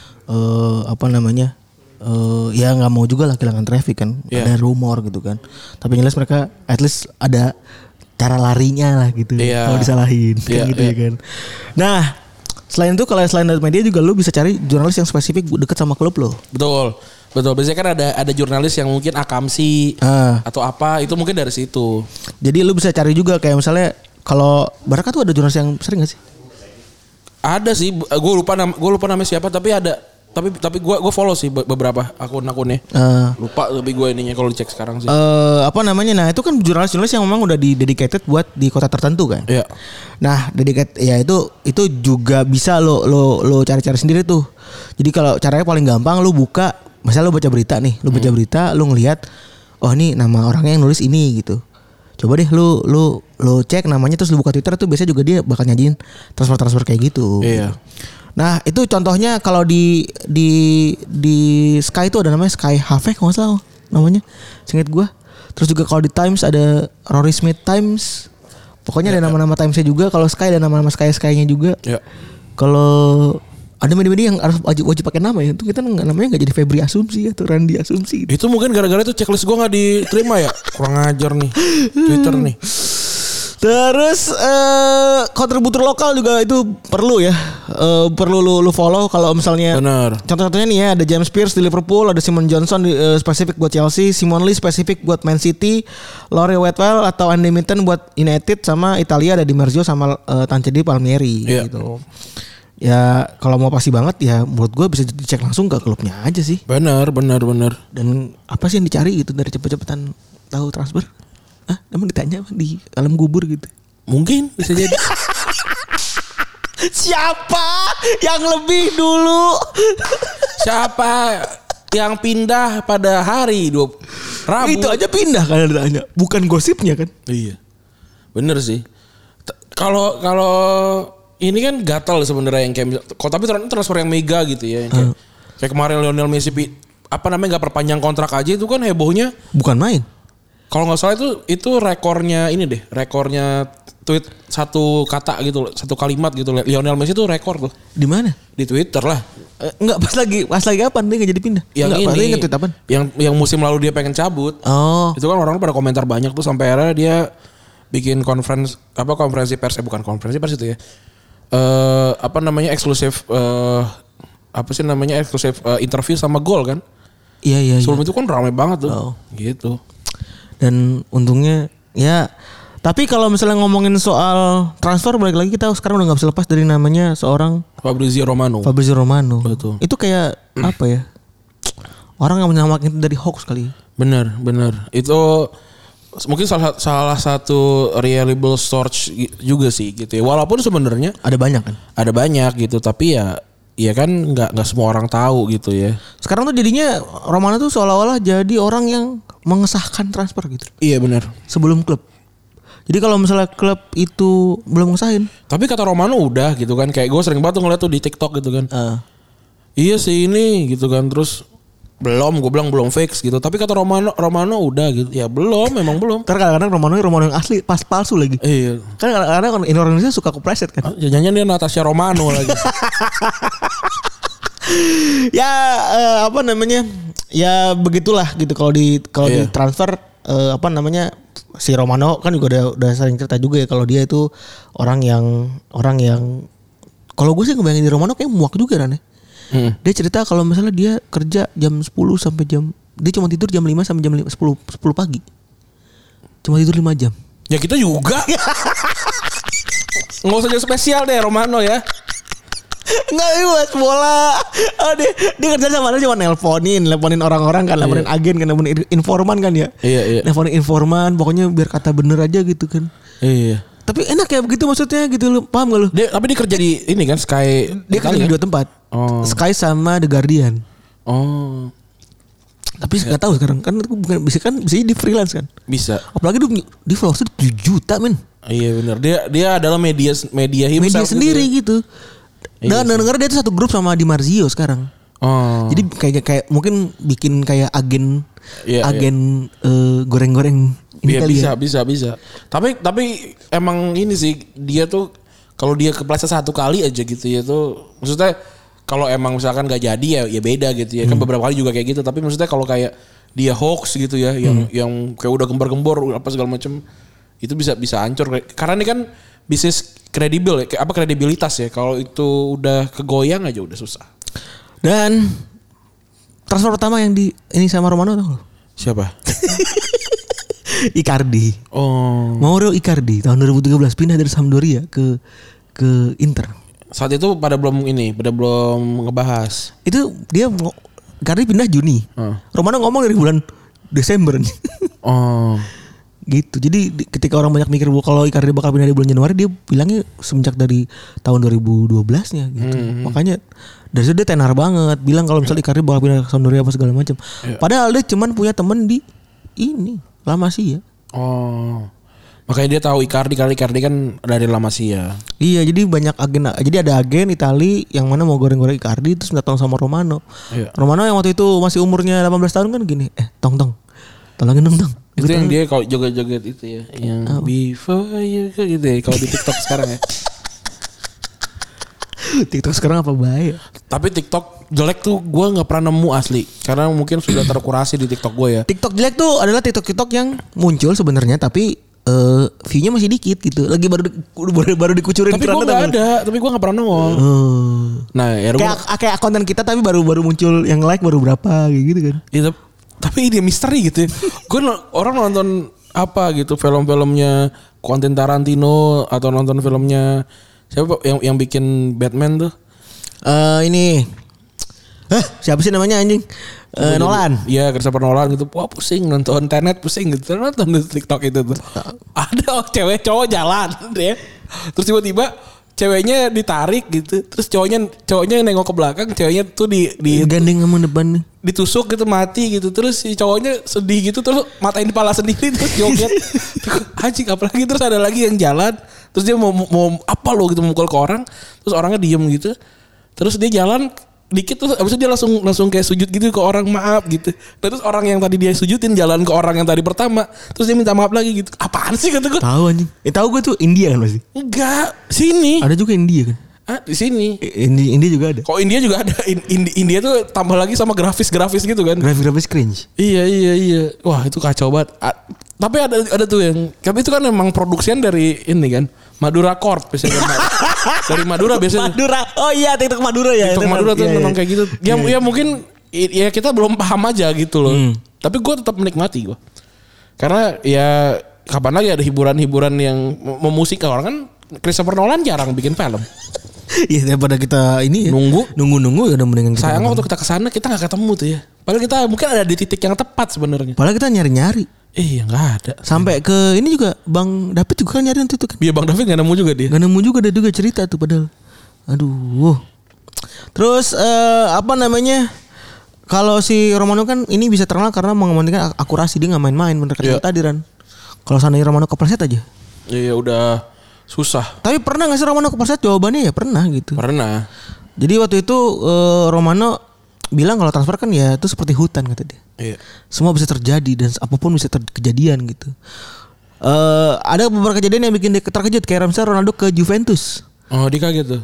Ya nggak mau juga lah kehilangan traffic kan. Ada rumor gitu kan. Tapi jelas mereka at least ada cara larinya lah gitu. Kalau disalahin kan gitu ya kan. Nah, selain itu kalau selain dari media juga lu bisa cari jurnalis yang spesifik dekat sama klub lo. Betul. Biasanya kan ada jurnalis yang mungkin akamsi atau apa, itu mungkin dari situ. Jadi lu bisa cari juga kayak misalnya kalau Barca tuh ada jurnalis yang sering gak sih? Ada sih, gue lupa namanya siapa tapi ada. Tapi gue follow sih beberapa akun-akunnya. Lupa tapi gue ininya kalau dicek sekarang sih. Nah itu kan jurnalis-jurnalis yang memang udah dedicated buat di kota tertentu kan. Iya. Nah dedicated ya itu juga bisa lo cari-cari sendiri tuh. Jadi kalau caranya paling gampang lo buka, misalnya lo baca berita nih, lo ngelihat oh ini nama orangnya yang nulis ini gitu. Coba deh lu cek namanya terus lu buka Twitter tuh biasanya juga dia bakal nyajiin transfer kayak gitu. Iya. Nah, itu contohnya kalau di Sky itu ada namanya Sky Hafe kalau enggak salah namanya. Seingat gua. Terus juga kalau di Times ada Rory Smith Times. Pokoknya ada nama-nama Times-nya juga. Kalau Sky ada nama-nama Sky-nya juga. Iya. Kalau ada media-media yang harus wajib pakai nama ya. Itu kita namanya enggak jadi Febri Asumsi atau Randi Asumsi gitu. Itu mungkin gara-gara itu checklist gua enggak diterima ya. Kurang ajar nih Twitter nih. Terus kontributor lokal juga itu perlu ya. Perlu lu follow kalau misalnya. Benar. Contoh-contohnya nih ya, ada James Pearce di Liverpool, ada Simon Johnson spesifik buat Chelsea, Simon Lee spesifik buat Man City, Laurie Whitwell atau Andy Mitten buat United, sama Italia ada Di Marzio sama Tancedi Palmieri gitu. Ya kalau mau pasti banget ya menurut gue bisa dicek langsung ke klubnya aja sih. Benar. Dan apa sih yang dicari gitu dari cepet-cepetan tahu transfer? Emang ditanya di alam kubur gitu? Mungkin bisa jadi. Siapa yang lebih dulu? Siapa yang pindah pada hari Rabu? Itu aja pindah kan ditanya. Bukan gosipnya kan? Iya. Bener sih. Kalau ini kan gatal sebenarnya yang kayak tapi transfer yang mega gitu ya. Kayak kemarin Lionel Messi nggak perpanjang kontrak aja itu kan hebohnya. Bukan main. Kalau nggak salah itu rekornya ini deh, rekornya tweet satu kata gitu, satu kalimat gitu. Lionel Messi tuh rekor tuh. Di mana? Di Twitter lah. Enggak pas lagi apa dia nggak jadi pindah? Yang enggak, ini nge-tweet apaan? Yang musim lalu dia pengen cabut. Oh. Itu kan orang pada komentar banyak tuh sampai akhirnya dia bikin konferensi pers itu ya. Eksklusif eksklusif interview sama Gol kan. Iya. Sebelum itu kan ramai banget tuh. Gitu. Dan untungnya ya. Tapi kalau misalnya ngomongin soal transfer, balik lagi kita sekarang udah nggak bisa lepas dari namanya seorang Fabrizio Romano. Betul. Itu kayak apa ya? Orang yang menyamakan itu dari hoax kali. Benar. Itu mungkin salah satu reliable source juga sih gitu ya. Walaupun sebenarnya ada banyak kan? Ada banyak gitu, tapi ya kan nggak semua orang tahu gitu ya. Sekarang tuh jadinya Romano tuh seolah-olah jadi orang yang mengesahkan transfer gitu. Iya benar. Sebelum klub. Jadi kalau misalnya klub itu belum ngesahin. Tapi kata Romano udah gitu kan. Kayak gue sering banget ngeliat tuh di TikTok gitu kan. Iya sih ini gitu kan. Terus gue bilang belum fix gitu. Tapi kata Romano udah gitu. Ya belum, memang belum. Kadang-kadang Romano yang asli pas palsu lagi. Iya. Kan kadang-kadang in Indonesia suka kepleset kan. Jangan dia Natasha Romano lagi. Ya ya begitulah gitu kalau di transfer si Romano kan juga udah sering cerita juga ya kalau dia itu orang yang kalau gue sih ngebayangin di Romano kayak muak juga kan ya. Dia cerita kalau misalnya dia kerja jam 10 sampai dia cuma tidur jam 5 sampai jam 10 pagi. Cuma tidur 5 jam. Ya kita juga. Nggak usah jadi spesial deh Romano ya. Enggak, ini buat bola. Dia kerja sama dia cuma nelponin orang-orang kan, nelponin agen kan, nelponin informan kan ya. Iya. Nelponin informan, pokoknya biar kata bener aja gitu kan. Iya. Tapi enak ya begitu maksudnya gitu, lu paham gak lu? Tapi dia kerja di ini kan Sky. Dia kerja di 2 tempat. Sky sama The Guardian. Tapi nggak tahu sekarang kan bisa di freelance kan. Bisa. Apalagi di followersnya 7 juta men. Iya benar. Dia adalah media sendiri gitu. Dan denger dia tuh satu grup sama Di Marzio sekarang. Jadi kayak mungkin bikin kayak agen goreng-goreng ini kali ya. Bisa. Tapi emang ini sih dia tuh kalau dia kepleset satu kali aja gitu ya tuh maksudnya kalau emang misalkan gak jadi ya beda gitu ya. Kan beberapa kali juga kayak gitu, tapi maksudnya kalau kayak dia hoax gitu ya yang kayak udah gembor-gembor apa segala macam itu bisa hancur karena ini kan bisnis kredibel ya, kredibilitas ya. Kalau itu udah kegoyang aja udah susah. Dan transfer pertama yang ini sama Romano tau? Siapa? Icardi. Mauro Icardi tahun 2013 pindah dari Sampdoria ke Inter. Saat itu pada belum ngebahas. Itu dia Icardi pindah Juni. Romano ngomong dari bulan Desember. Gitu. Jadi ketika orang banyak mikir kalau Icardi bakal pindah di bulan Januari, dia bilangnya semenjak dari tahun 2012-nya gitu. Makanya dari situ dia tenar banget bilang kalau misalnya Icardi bakal pindah ke Sampdoria apa segala macam. Padahal dia cuman punya temen di ini La Masia. Makanya dia tahu Icardi kan dari La Masia. Iya, jadi banyak agen. Jadi ada agen Itali yang mana mau goreng-goreng Icardi terus minta tolong sama Romano. Romano yang waktu itu masih umurnya 18 tahun kan gini, tolongin dong. Itu yang dia kalau joget-joget itu ya, yang before you gitu ya kalau di TikTok sekarang ya. TikTok sekarang apa bahaya? Tapi TikTok jelek tuh gue nggak pernah nemu asli, karena mungkin sudah terkurasi di TikTok gue ya. TikTok jelek tuh adalah TikTok yang muncul sebenarnya tapi view-nya masih dikit gitu. Lagi baru dikucurin. Tapi gue nggak ada, tapi gue nggak pernah nongol. Nah, ya kayak konten kita tapi baru muncul yang like baru berapa gitu kan? Iya, tapi ini misteri gitu ya. Gue orang nonton apa gitu film-filmnya Quentin Tarantino atau nonton filmnya siapa yang bikin Batman tuh? Ini siapa sih namanya anjing? Nolan. Iya, Christopher Nolan gitu. Wah, pusing nonton internet, pusing gitu. Nonton di TikTok itu tuh. Ada cewek cowok jalan deh. Terus tiba-tiba ceweknya ditarik gitu. Terus cowoknya nengok ke belakang, ceweknya tuh di gandeng sama depan nih. Ditusuk gitu mati gitu. Terus si cowoknya sedih gitu terus matain kepala sendiri terus joget. Anjing, apalagi terus ada lagi yang jalan Terus dia mau apa lo gitu mukul ke orang, terus orangnya diem gitu. Terus dia jalan dikit terus abis itu dia langsung kayak sujud gitu ke orang, maaf gitu. Terus orang yang tadi dia sujudin jalan ke orang yang tadi pertama, terus dia minta maaf lagi gitu. Apaan sih kata gue? Tahu anjing. Tahu gue tuh India kan pasti. Enggak, sini. Ada juga India kan? Di sini. India juga ada. Kok India juga ada? India tuh tambah lagi sama grafis gitu kan? Grafis cringe. Iya. Wah itu kacau banget. Tapi ada tuh yang, tapi itu kan memang produksian dari ini kan, Madura Corp biasanya. Dari Madura biasanya. Madura. Oh iya, TikTok Madura ya. TikTok Madura tuh memang kayak gitu. Ya mungkin ya kita belum paham aja gitu loh. Tapi gue tetap menikmati gue. Karena ya kapan lagi ada hiburan-hiburan yang memusik orang kan. Christopher Nolan jarang bikin film. Iya, daripada kita ini ya. Nunggu ya udah mendingan kita. Sayangnya waktu kita kesana kita nggak ketemu tuh ya. Padahal kita mungkin ada di titik yang tepat sebenarnya. Padahal kita nyari-nyari. Iya nggak ada. Sampai ke ini juga Bang David juga kan nyari nanti itu kan. Iya Bang David nggak nemu juga dia. Nggak nemu juga, dia juga cerita tuh padahal. Aduh. Terus apa namanya? Kalau si Romano kan ini bisa terkenal karena mengementingkan akurasi, dia nggak main-main bener kata tadi Ran. Kalau seandainya Romano kepleset aja. Iya udah susah. Tapi pernah nggak sih Romano kepleset? Jawabannya ya pernah gitu. Pernah. Jadi waktu itu Romano bilang kalau transfer kan ya itu seperti hutan kata dia. Iya. Semua bisa terjadi dan apapun bisa kejadian gitu. Ada beberapa kejadian yang bikin dia terkejut kayak misalnya Ronaldo ke Juventus. Oh dia kaget tuh.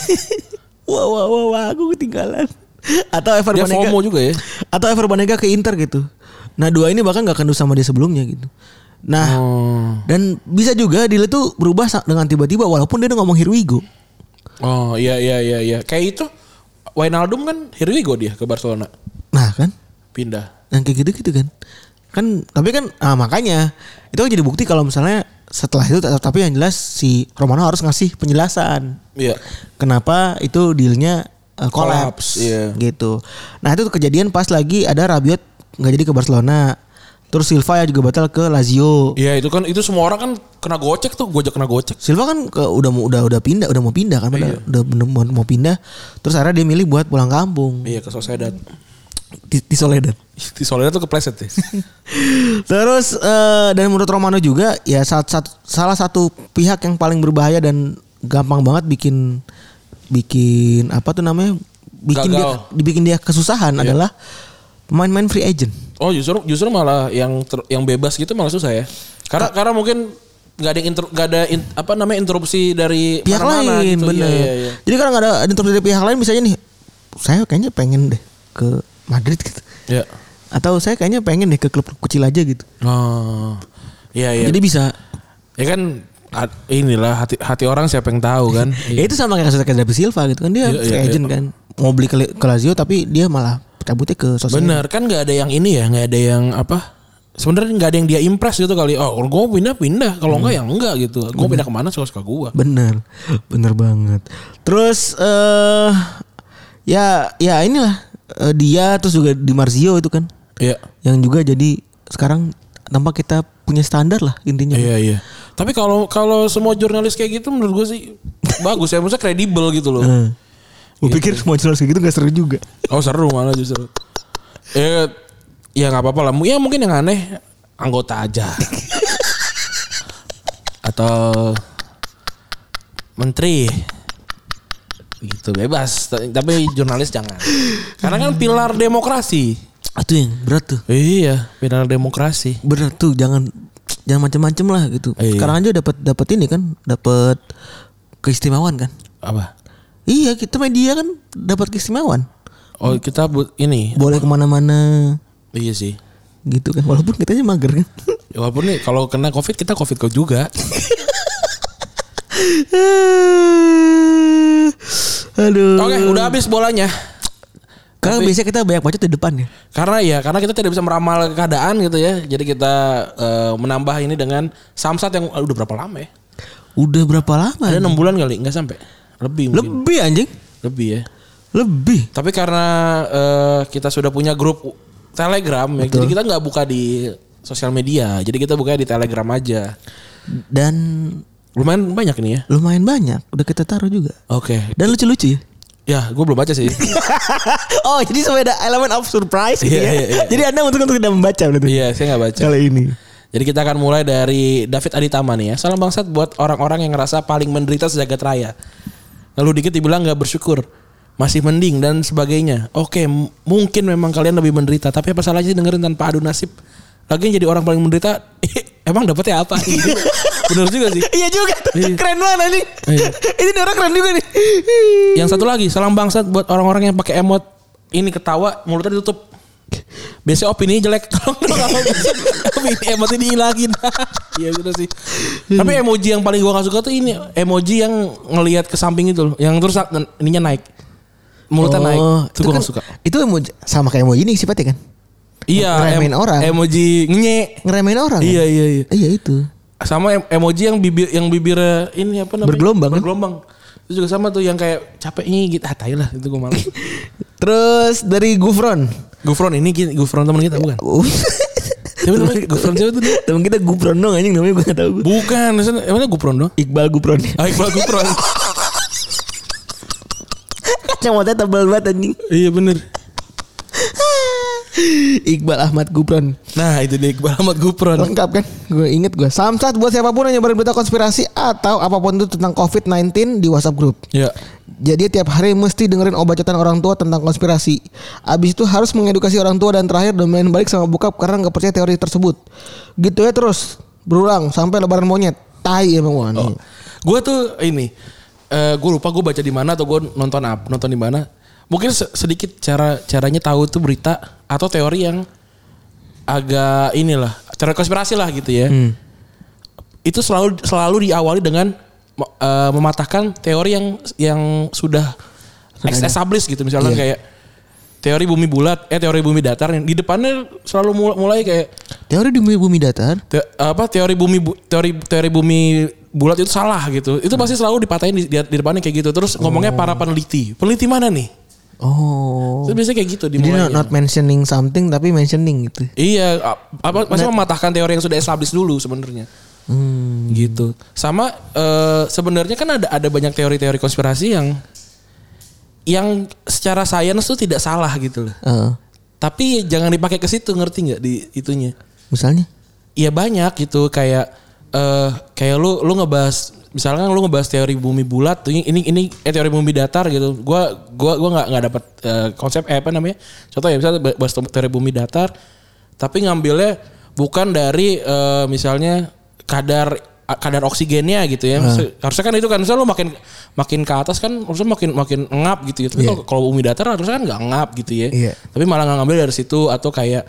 Wah aku ketinggalan. Atau Ever Dia Banega. FOMO juga ya. Atau Ever Banega ke Inter gitu. Nah dua ini bahkan gak kenal sama dia sebelumnya gitu. Nah dan bisa juga dia tuh berubah dengan tiba-tiba walaupun dia udah ngomong here we go. Oh iya. Kayak itu Wijnaldum kan here we go dia ke Barcelona. Nah kan pindah. Yang kayak gitu kan. Kan tapi kan makanya itu kan jadi bukti kalau misalnya setelah itu tapi yang jelas si Romano harus ngasih penjelasan. Iya. Kenapa itu dealnya kolaps gitu. Nah itu kejadian pas lagi ada Rabiot nggak jadi ke Barcelona. Terus Silva ya juga batal ke Lazio. Iya itu kan itu semua orang kan kena gocek tuh, kena gocek. Silva kan udah mau pindah kan, udah mau pindah. Terus akhirnya dia milih buat pulang kampung. Iya ke Sociedad. Di Soledad. Di Soledad tuh kepleset ya. Terus dan menurut Romano juga ya salah satu pihak yang paling berbahaya dan gampang banget bikin apa tuh namanya? Bikin dia kesusahan adalah pemain-pemain free agent. Oh justru malah yang bebas gitu malah susah ya. Karena mungkin nggak ada interupsi dari pihak lain gitu. Bener. Iya. Jadi kalau nggak ada interupsi dari pihak lain misalnya nih, saya kayaknya pengen deh ke Madrid gitu. Iya. Atau saya kayaknya pengen deh ke klub kecil aja gitu. Oh. Iya. Jadi bisa. Ya kan inilah hati orang siapa yang tahu kan. Ya itu sama kayak kasusnya David Silva gitu kan, dia free agent kan. Mau beli ke Lazio tapi dia malah cabutnya ke Sociedad. Bener kan nggak ada yang ini ya, nggak ada yang apa? Sebenarnya nggak ada yang dia impress gitu kali. Oh, gue pindah. Kalau enggak ya enggak gitu. Gue pindah kemana suka gue. Bener banget. Terus ya inilah dia terus juga Di Marzio itu kan. Iya. Yang juga jadi sekarang tanpa kita punya standar lah intinya. Iya. Tapi kalau semua jurnalis kayak gitu menurut gue sih bagus ya, maksudnya kredibel gitu loh. Gue pikir semua jurnalis kayak gitu gak seru juga. Oh seru malah justru. Ya nggak apa-apa lah. Ya mungkin yang aneh anggota aja. Atau menteri. Gitu bebas. Tapi jurnalis jangan. Karena kan pilar demokrasi. Itu yang berat tuh. Iya, pilar demokrasi. Berat tuh, jangan macam-macam lah gitu. Iya. Sekarang aja dapat ini kan, dapat keistimewaan kan? Apa? Iya, kita media kan dapat keistimewaan. Oh, kita ini boleh kemana-mana. Iya sih. Gitu kan, walaupun kitanya mager kan. Ya, walaupun nih kalau kena COVID kita COVID juga. Aduh. Oke, udah habis bolanya. Karena biasanya kita banyak bacot di depan ya. Karena kita tidak bisa meramal keadaan gitu ya. Jadi kita menambah ini dengan samsat yang udah berapa lama ya? Udah berapa lama? Ada 6 bulan kali, enggak sampai. Lebih mungkin. Lebih anjing. Lebih ya. Lebih. Tapi karena kita sudah punya grup Telegram ya, jadi kita nggak buka di sosial media. Jadi kita buka di Telegram aja. Dan lumayan banyak nih ya. Lumayan banyak. Udah kita taruh juga. Oke. Dan lucu-lucu ya. Ya, gue belum baca sih. Oh, jadi supaya ada elemen of surprise gitu ya. Iya. Jadi Anda untuk tidak membaca berarti. Iya, saya nggak baca. Kali ini. Jadi kita akan mulai dari David Aditama nih ya. Salam bangsat buat orang-orang yang ngerasa paling menderita sejagat raya. Lalu dikit dibilang gak bersyukur, masih mending dan sebagainya. Oke, mungkin memang kalian lebih menderita, tapi apa salahnya sih dengerin tanpa adu nasib? Lagian jadi orang paling menderita, emang dapetnya apa? Bener juga sih. Iya juga. Keren banget anjing. Ini orang keren juga nih. Yang satu lagi, salam bangsat buat orang-orang yang pakai emot ini ketawa mulutnya ditutup. Biasanya opini jelek, tolong dong kalau bisa opini emotnya dihilangin. Iya gitu sih. Tapi emoji yang paling gua gak suka tuh ini emoji yang ngelihat ke samping itu loh, yang terus ininya naik, mulutnya naik. Itu gua gak suka. Itu emoji sama kayak emoji ini sifatnya kan? Iya. Ngeremehin orang. Emoji ngeremehin orang. Iya kan? iya. Iya itu. Sama emoji yang bibir ini apa namanya? Bergelombang. Itu juga sama tuh yang kayak capek gitu. Tai lah itu gua malas. Terus dari Gufron ini Gufron teman kita bukan? Siapa namanya? Gufron siapa tuh? Teman kita Gufron dong anjing namanya gue gak tahu. Bukan, emangnya Gufron dong? Iqbal Gufron. Iqbal Gufron. Kacamatanya tebal banget anjing. Iya bener. Iqbal Ahmad Gufron. Nah itu dia Iqbal Ahmad Gufron. Lengkap kan? Gue inget gue. Samsat buat siapapun yang nyebarin berita konspirasi atau apapun itu tentang COVID-19 di WhatsApp grup. Iya. Jadi tiap hari mesti dengerin obat-obatan orang tua tentang konspirasi. Abis itu harus mengedukasi orang tua dan terakhir domain balik sama bokap karena nggak percaya teori tersebut. Gitu ya terus berulang sampai lebaran monyet. Tai emang wah. Oh. Gue tuh ini, gue lupa gue baca di mana atau gue nonton di mana. Mungkin sedikit caranya tahu tuh berita atau teori yang agak inilah teori konspirasi lah gitu ya. Itu selalu diawali dengan mematahkan teori yang sudah established gitu. Misalnya kayak teori bumi bulat, teori bumi datar yang di depannya selalu mulai kayak teori bumi datar. Teori bumi bulat itu salah gitu. Itu pasti selalu dipatahin di depannya kayak gitu. Terus ngomongnya para peneliti. Peneliti mana nih? Oh. Itu biasanya kayak gitu dimulai. Jadi not mentioning something tapi mentioning gitu. Iya, maksudnya mematahkan teori yang sudah established dulu sebenarnya. Gitu. Sama sebenarnya kan ada banyak teori-teori konspirasi yang secara sains tuh tidak salah gitu loh. Tapi jangan dipakai ke situ, ngerti nggak di itunya? Misalnya? Iya banyak gitu kayak lu ngebahas teori bumi bulat tuh ini teori bumi datar gitu. Gua nggak dapat konsep apa namanya? Contoh ya misalnya bahas teori bumi datar tapi ngambilnya bukan dari misalnya kadar oksigennya gitu ya. Harusnya kan itu kan misalnya lu makin ke atas kan harusnya makin ngap gitu ya. Tapi kalau bumi datar harusnya kan enggak ngap gitu ya. Tapi malah nggak ngambil dari situ atau kayak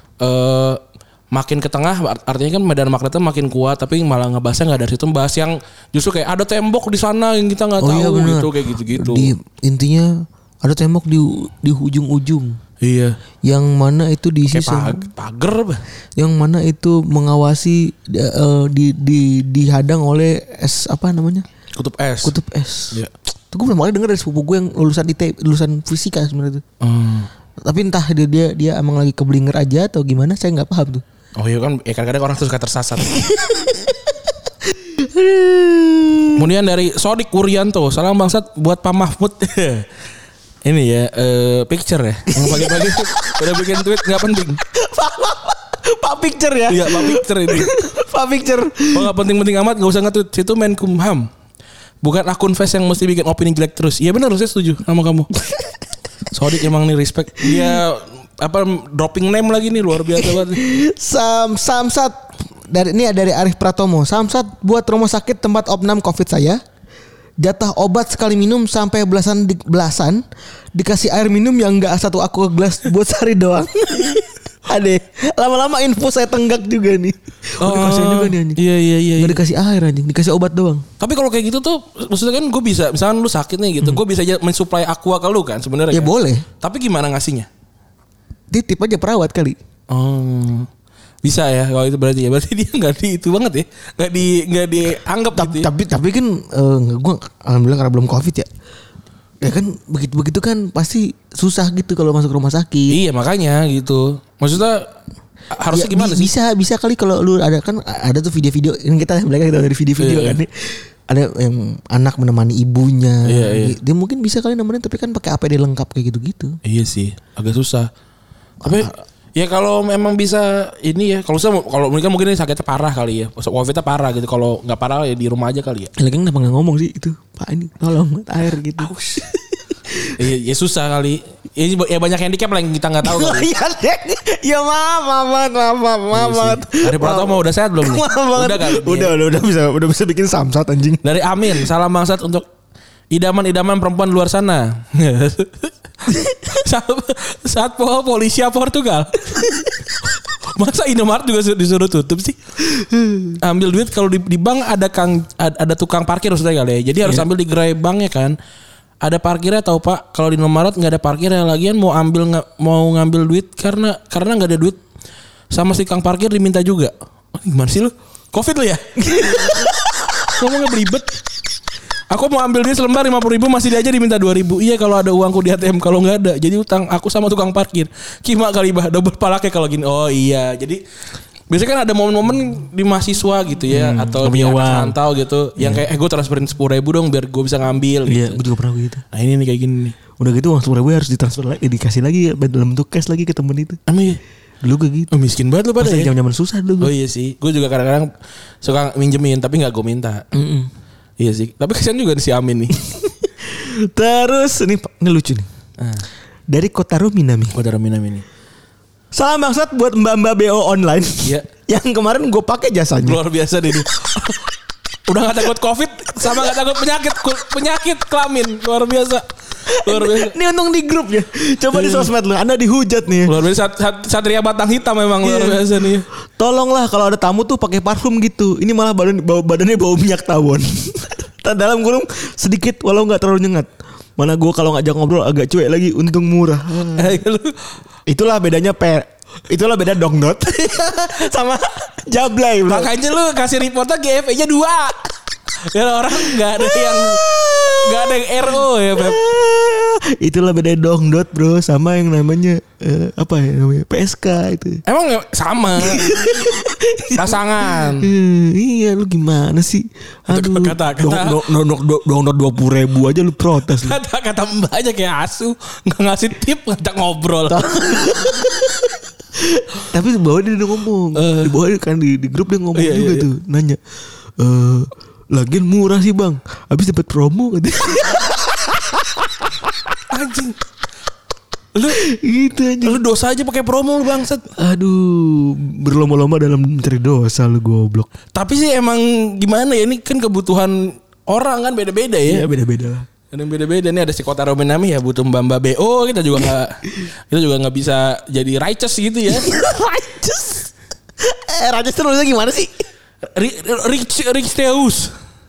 makin ke tengah artinya kan medan magnetnya makin kuat tapi malah ngebahasnya nggak dari situ, bahas yang justru kayak ada tembok di sana yang kita nggak tahu gitu kayak gitu-gitu. Intinya ada tembok di ujung-ujung. Iya. Yang mana itu diisi pagar apa? Yang mana itu mengawasi dihadang oleh es apa namanya? Kutub es. Iya. Itu gue pertama kali denger dari sepupu gue yang lulusan fisika sebenarnya tuh. Tapi entah dia emang lagi keblinger aja atau gimana, saya nggak paham tuh. Oh iya kan, kadang-kadang orang tuh suka tersasar. Kemudian dari Sodik Wuryanto, salam bangsat buat Pak Mahfud. Ini ya picture ya, yang pagi-pagi udah bikin tweet nggak penting. Pak picture ya? Iya Pak picture ini. Pak picture. Oh nggak penting-penting amat, nggak usah nge-tweet. Situ Menkumham, bukan akun face yang mesti bikin opini jelek terus. Iya benar, saya setuju sama kamu. Sodik emang nih respect. Dia dropping name lagi nih luar biasa banget. Samsat dari Arif Pratomo. Samsat buat rumah sakit tempat opnam COVID saya. Jatah obat sekali minum sampai belasan dikasih air minum yang enggak satu aqua gelas buat sehari doang. Ade, lama-lama info saya tenggak juga nih. Dikasih juga nih anjing. Iya. Enggak dikasih air anjing, dikasih obat doang. Tapi kalau kayak gitu tuh maksudnya kan gue bisa, misalkan lu sakit nih gitu, gue bisa aja mensuplai aqua ke lu kan sebenarnya. Ya kan? Boleh. Tapi gimana ngasihnya? Titip aja perawat kali. Oh. Bisa ya kalau itu berarti dia nggak di itu banget ya, nggak dianggap gitu ya. Tapi kan gue alhamdulillah karena belum COVID ya. Ya kan begitu kan pasti susah gitu kalau masuk rumah sakit. Iya makanya gitu. Maksudnya harusnya gimana sih? Bisa kali kalau lu ada tuh video-video yang kita belajar dari video-video kan. Ada yang anak menemani ibunya. Iya. Dia mungkin bisa kali nemenin tapi kan pakai APD lengkap kayak gitu-gitu. Iya sih, agak susah. Tapi Ya kalau memang bisa ini ya, kalau mungkin ini sakitnya parah kali ya, COVID-nya parah gitu. Kalau nggak parah ya di rumah aja kali ya. Lagi kenapa nggak ngomong sih itu, Pak ini tolong air gitu. Ya susah kali. Ya banyak handicap lah yang kita nggak tahu kali. Ya maaf. Dari Pratomo udah sehat belum? Udah kali. Udah bisa bikin samsat anjing. Dari Amin, salam bangsat untuk idaman perempuan luar sana. Saat polisi Portugal. Masa Indomaret juga disuruh tutup sih? Ambil duit kalau di bank ada tukang parkir maksudnya kali ya. Jadi harus ambil di gerai banknya kan. Ada parkirnya tahu Pak. Kalau di Indomaret nggak ada parkirnya, lagian mau ngambil duit karena nggak ada duit sama si tukang parkir diminta juga. Gimana sih lu? Covid lu ya? Ngomongnya belibet. Aku mau ambil duit selembar 50.000 masih dia aja diminta 2.000. Iya kalau ada uangku di ATM, kalau nggak ada. Jadi utang aku sama tukang parkir. Kima kali bah double palaknya kalau gini. Oh iya. Jadi biasanya kan ada momen-momen di mahasiswa gitu ya, atau di rantau gitu, yang kayak gue transferin 10.000 dong biar gue bisa ngambil. Iya, gitu. Gue juga pernah gitu. Nah ini nih kayak gini nih. Udah gitu uang 10.000 harus ditransfer lagi, dikasih lagi ya, dalam bentuk cash lagi ke temen itu. Amin. Dulu gue gitu. Miskin banget lu pada ya. Zaman susah dulu. Oh iya sih. Gue juga kadang-kadang suka minjemin tapi nggak gue minta. Iya sih. Tapi kasihan juga si Amin nih. Terus ini lucu nih. Dari Kotaro Minami. Nih. Salam bangsat buat mbak-mbak BO online. Iya. Yang kemarin gue pakai jasanya. Luar biasa deh. Udah gak takut COVID sama gak takut penyakit kelamin. Luar biasa. Ini untung di grup ya. Coba di sosmed lu, Anda dihujat nih. Luar biasa. Satria Batang Hitam memang luar biasa nih. Tolonglah kalau ada tamu tuh pakai parfum gitu. Ini malah badannya bau minyak tawon. Dalam kurung sedikit walau gak terlalu nyengat. Mana gue kalau ngajak ngobrol agak cuek lagi, untung murah. Itulah bedanya itulah beda dongnot sama jablay bro. Makanya lu kasih reportnya GFE-nya 2. Ya orang nggak ada yang RO ya Beb. Itulah beda dongnot bro sama yang namanya apa ya namanya PSK itu. Emang sama pasangan. Iya lu gimana sih? Aduh, kata dongnot 20.000 aja lu protes. Kata mbaknya kayak asu nggak ngasih tip ngajak ngobrol. Tapi di bawah dia udah ngomong. Di bawah kan di grup dia ngomong juga tuh. Nanya. Lagian murah sih bang. Habis dapat promo katanya. Anjing. Lu gitu anjing. Lu dosa aja pakai promo lu bangsat. Aduh, berlomba-lomba dalam mencari dosa lu goblok. Tapi sih emang gimana ya, ini kan kebutuhan orang kan beda-beda ya. Iya, beda-beda lah. Ada beda-beda nih, ada si Kotaro Minami ya butuh mbak BO, kita juga nggak bisa jadi righteous gitu ya. Righteous. Righteous tuh nulisnya gimana sih? Rich Teus.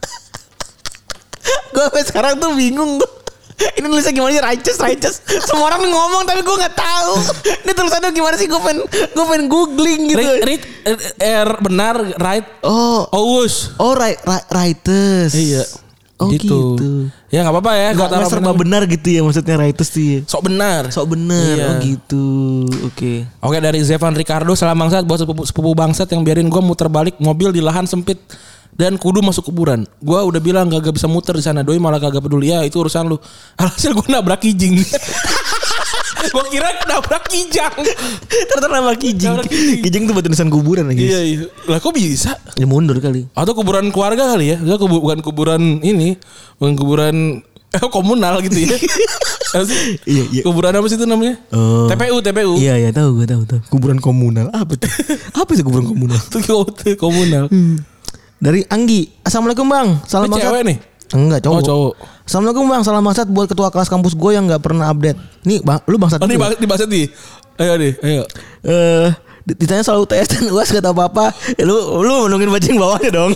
Gue sampai sekarang tuh bingung. Ini nulisnya gimana sih righteous? Semua orang ngomong tapi gue nggak tahu. Ini tulisannya gimana sih? Gue pengen googling gitu. Benar, right? Righteous. Iya. Oh gitu. Ya gak apa-apa ya. Gak serba benar gitu ya maksudnya righteous sih. Sok benar. Iya. Oh gitu. Oke, dari Zevan Ricardo, salam bangsat buat sepupu bangsat yang biarin gue muter balik mobil di lahan sempit dan kudu masuk kuburan. Gue udah bilang gak bisa muter di sana. Doi malah kagak peduli. Ya itu urusan lu. Alhasil gue nabrak kijing. Gue kira nabrak kijang. Ternyata nabrak kijing. Kijing tuh buat tulisan kuburan lagi. Iya. Lah kok bisa? Ya mundur kali. Atau kuburan keluarga kali ya? Bukan kuburan ini, bukan kuburan komunal gitu ya. Iya. Kuburan apa sih itu namanya? TPU. Iya, tahu gue tahu. Kuburan komunal. Apa tuh? Apa sih kuburan komunal? Itu komunal. Dari Anggi. Assalamualaikum Bang. Salam bangsat. Cewek nih? Enggak, cowok. Oh, cowok. Assalamualaikum Bang. Salam bangsat buat ketua kelas kampus gue yang enggak pernah update. Nih, Bang, lu bangsat. Oh, nih dibangsat nih. Ayo. Ditanya soal UTS dan UAS gak tau apa-apa. Lu menungguin baca yang bawahnya dong.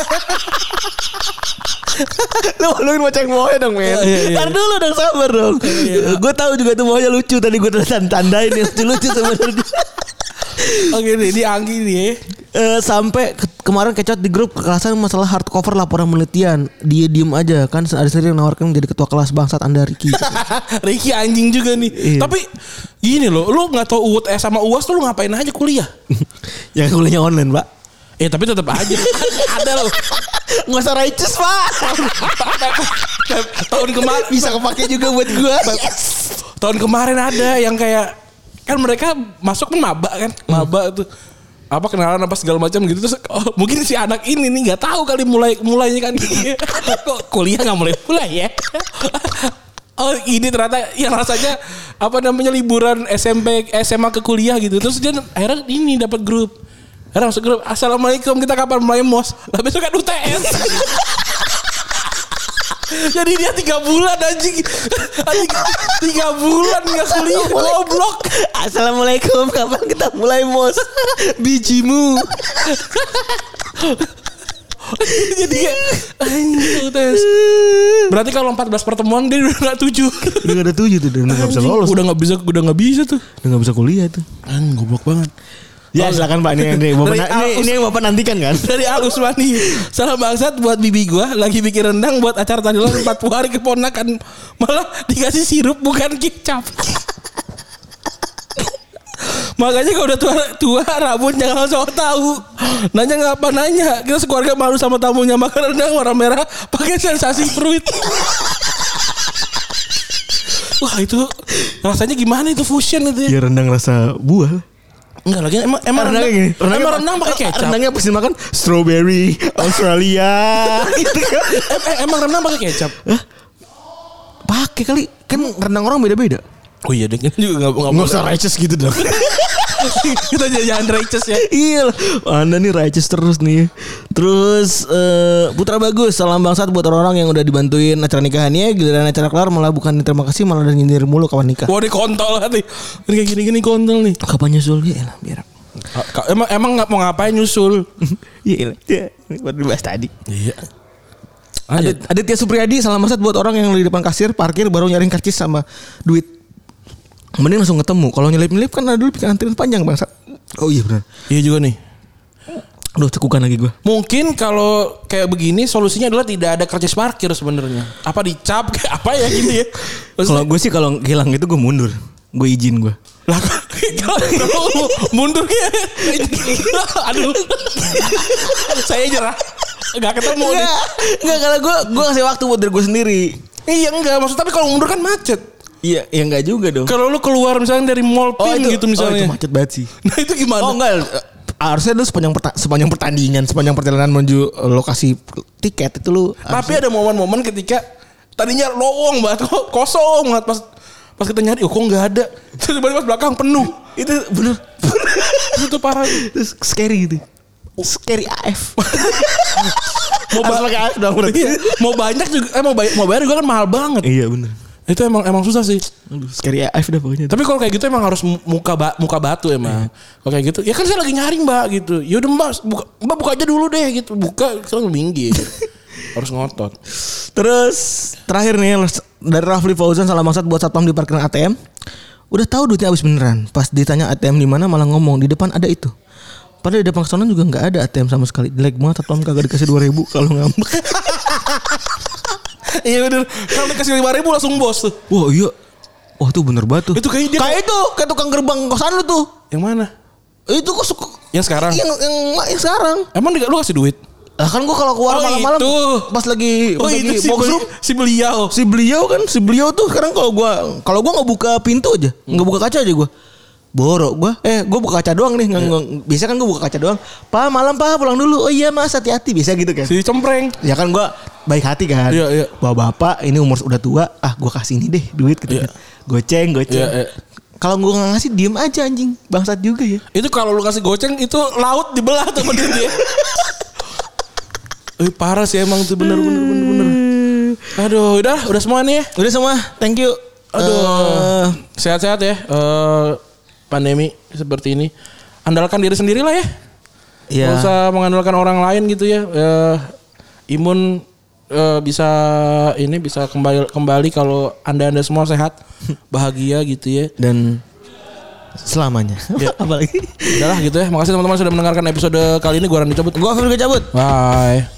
Lu menungguin baca yang bawahnya dong, men. Ntar dulu dong, sabar dong. Gue tahu juga tuh bawahnya lucu. Tadi gue tandain yang lucu sebenarnya. Oke nih, ini Anggi nih. Sampai kemarin kecot di grup kekerasan masalah hardcover laporan penelitian. Dia diem aja kan, ada sendiri yang nawarkan menjadi ketua kelas bangsat Anda Ricky. Ricky anjing juga nih. Iya. Tapi gini loh, lu nggak tahu UTS sama UAS tuh lu ngapain aja kuliah? Ya kuliahnya online, Pak. Tapi tetap aja ada loh. Nggak usah righteous, Pak. Tahun kemarin bisa kepake juga buat gua. Tahun kemarin ada yang kayak kan mereka masuk kan maba kan. Maba tuh apa kenalan apa segala macam gitu terus mungkin si anak ini nih nggak tahu kali mulainya kan kok kuliah nggak mulai ya. Oh ini ternyata yang rasanya apa namanya liburan SMP SMA ke kuliah gitu terus dia akhirnya ini dapat grup. Akhirnya masuk grup assalamualaikum kita kapan mulai mos lah besok kan UTS. Jadi dia 3 bulan anjing 3 bulan gak kuliah goblok. Assalamualaikum kapan kita mulai mos bijimu. Jadi kayak anjing tes. Berarti kalau 14 pertemuan dia udah gak 7. Udah gak ada 7 tuh. Udah gak bisa lolos. Udah gak bisa tuh. Udah gak bisa kuliah tuh. Goblok banget. Ya silakan Pak ini yang Bapak nantikan kan. Dari Alus Mani. Salam bangsat buat bibi gua lagi bikin rendang buat acara tahlilan 40 hari keponakan malah dikasih sirup bukan kecap. Makanya kalau udah tua Rabun jangan langsung tahu. Nanya nggak apa nanya. Kita sekeluarga malu sama tamunya makan rendang warna merah pakai sensasi fruit. Wah itu rasanya gimana itu fusion itu ya? Ya rendang rasa buah. Enggak lagi emang rendang gini. Rendang pakai kecap. Rendangnya pasti makan strawberry Australia. Gitu kan. Emang rendang pakai kecap? Pakai kali. Kan rendang orang beda-beda. Oh iya deh juga enggak usah righteous gitu dong. Kita jangan righteous ya. Iya Anda nih righteous terus nih. Terus Putra Bagus salam bangsat buat orang-orang yang udah dibantuin acara nikahannya. Giliran acara kelar malah bukan terima kasih malah udah nyindir mulu kapan nikah. Wah dikontol nih. Ini kayak gini-gini kontol nih. Kapan nyusul ya lah biar. Emang nggak mau ngapain nyusul? Iya ini baru dibahas tadi. Iya. Aditya Supriyadi salam bangsat buat orang yang di depan kasir parkir baru nyaring karcis sama duit. Mending langsung ketemu. Kalau nyelip-nyelip kan ada dulu bikin antrian panjang bangsa. Oh iya benar. Iya juga nih. Aduh cekukan lagi gue. Mungkin kalau kayak begini solusinya adalah tidak ada karcis parkir sebenarnya. Apa dicap kayak apa ya gitu ya. Kalau gue sih kalau hilang itu gue mundur. Gue izin gue. Lah kalau mundur kayak aduh. Saya nyerah. Enggak ketemu nih. Enggak kalau gue kasih waktu buat diri gue sendiri. Iya enggak maksud tapi kalau mundur kan macet. Iya, ya enggak juga dong. Kalau lu keluar misalnya dari mall pin gitu misalnya. Oh itu macet banget sih. Nah itu gimana? Oh enggak. Harusnya lu sepanjang pertandingan, sepanjang perjalanan menuju lokasi tiket itu lu. Tapi ada momen-momen ketika tadinya lowong banget, kosong banget pas kita nyari, kok enggak ada. Terus pas belakang penuh. Itu bener. Itu parah. Terus scary gitu. Scary AF. Mau banyak juga mau bayar juga kan mahal banget. Iya bener. Itu emang susah sih. Scary AF dah pokoknya. Tapi kalau kayak gitu emang harus muka batu emang. Kalau kayak gitu, ya kan saya lagi nyari Mbak gitu. Ya udah Mbak buka aja dulu deh gitu. Buka sekarang minggir. Harus ngotot. Terus terakhir nih dari Rafli Fauzan salam bangsat buat satpam di parkiran ATM. Udah tahu duitnya habis beneran. Pas ditanya ATM di mana malah ngomong di depan ada itu. Padahal di depan kesono juga nggak ada ATM sama sekali. Jelek banget satpam kagak dikasih 2.000 kalau ngambek. Iya bener. Kalau dikasih 5.000 langsung bos tuh. Wah iya. Wah tuh bener banget tuh. Itu kayak dia. Kayak itu. Kayak tukang gerbang kosan lu tuh. Yang mana? Itu kok yang sekarang. Yang sekarang. Emang lu kasih duit? Lah kan gua kalau keluar malam-malam pas lagi boxroom si beliau tuh sekarang kalau gua nggak buka pintu aja, nggak buka kaca aja gua. Borok gua buka kaca doang nih. Biasa kan gua buka kaca doang. Pak malam Pak pulang dulu. Oh iya Mas hati-hati biasa gitu kan. Si cempreng. Ya kan gua baik hati kan. Iya. Bapak ini umur udah tua. Gua kasih ini deh duit gitu. Iya. Goceng. Iya. Kalau gue gak ngasih diem aja anjing. Bangsat juga ya. Itu kalau lu kasih goceng itu laut dibelah tuh bener dia. Parah sih emang tuh bener. Aduh udah semua nih ya. Udah semua. Thank you. Aduh. Sehat-sehat ya. Pandemi seperti ini. Andalkan diri sendiri lah ya. Iya. Gak usah mengandalkan orang lain gitu ya. Imun bisa kembali kalau anda semua sehat, bahagia gitu ya. Dan selamanya. Ya. Apalagi. Udahlah gitu ya. Makasih teman-teman sudah mendengarkan episode kali ini. Gua Randy cabut. Gua Firgo cabut. Bye.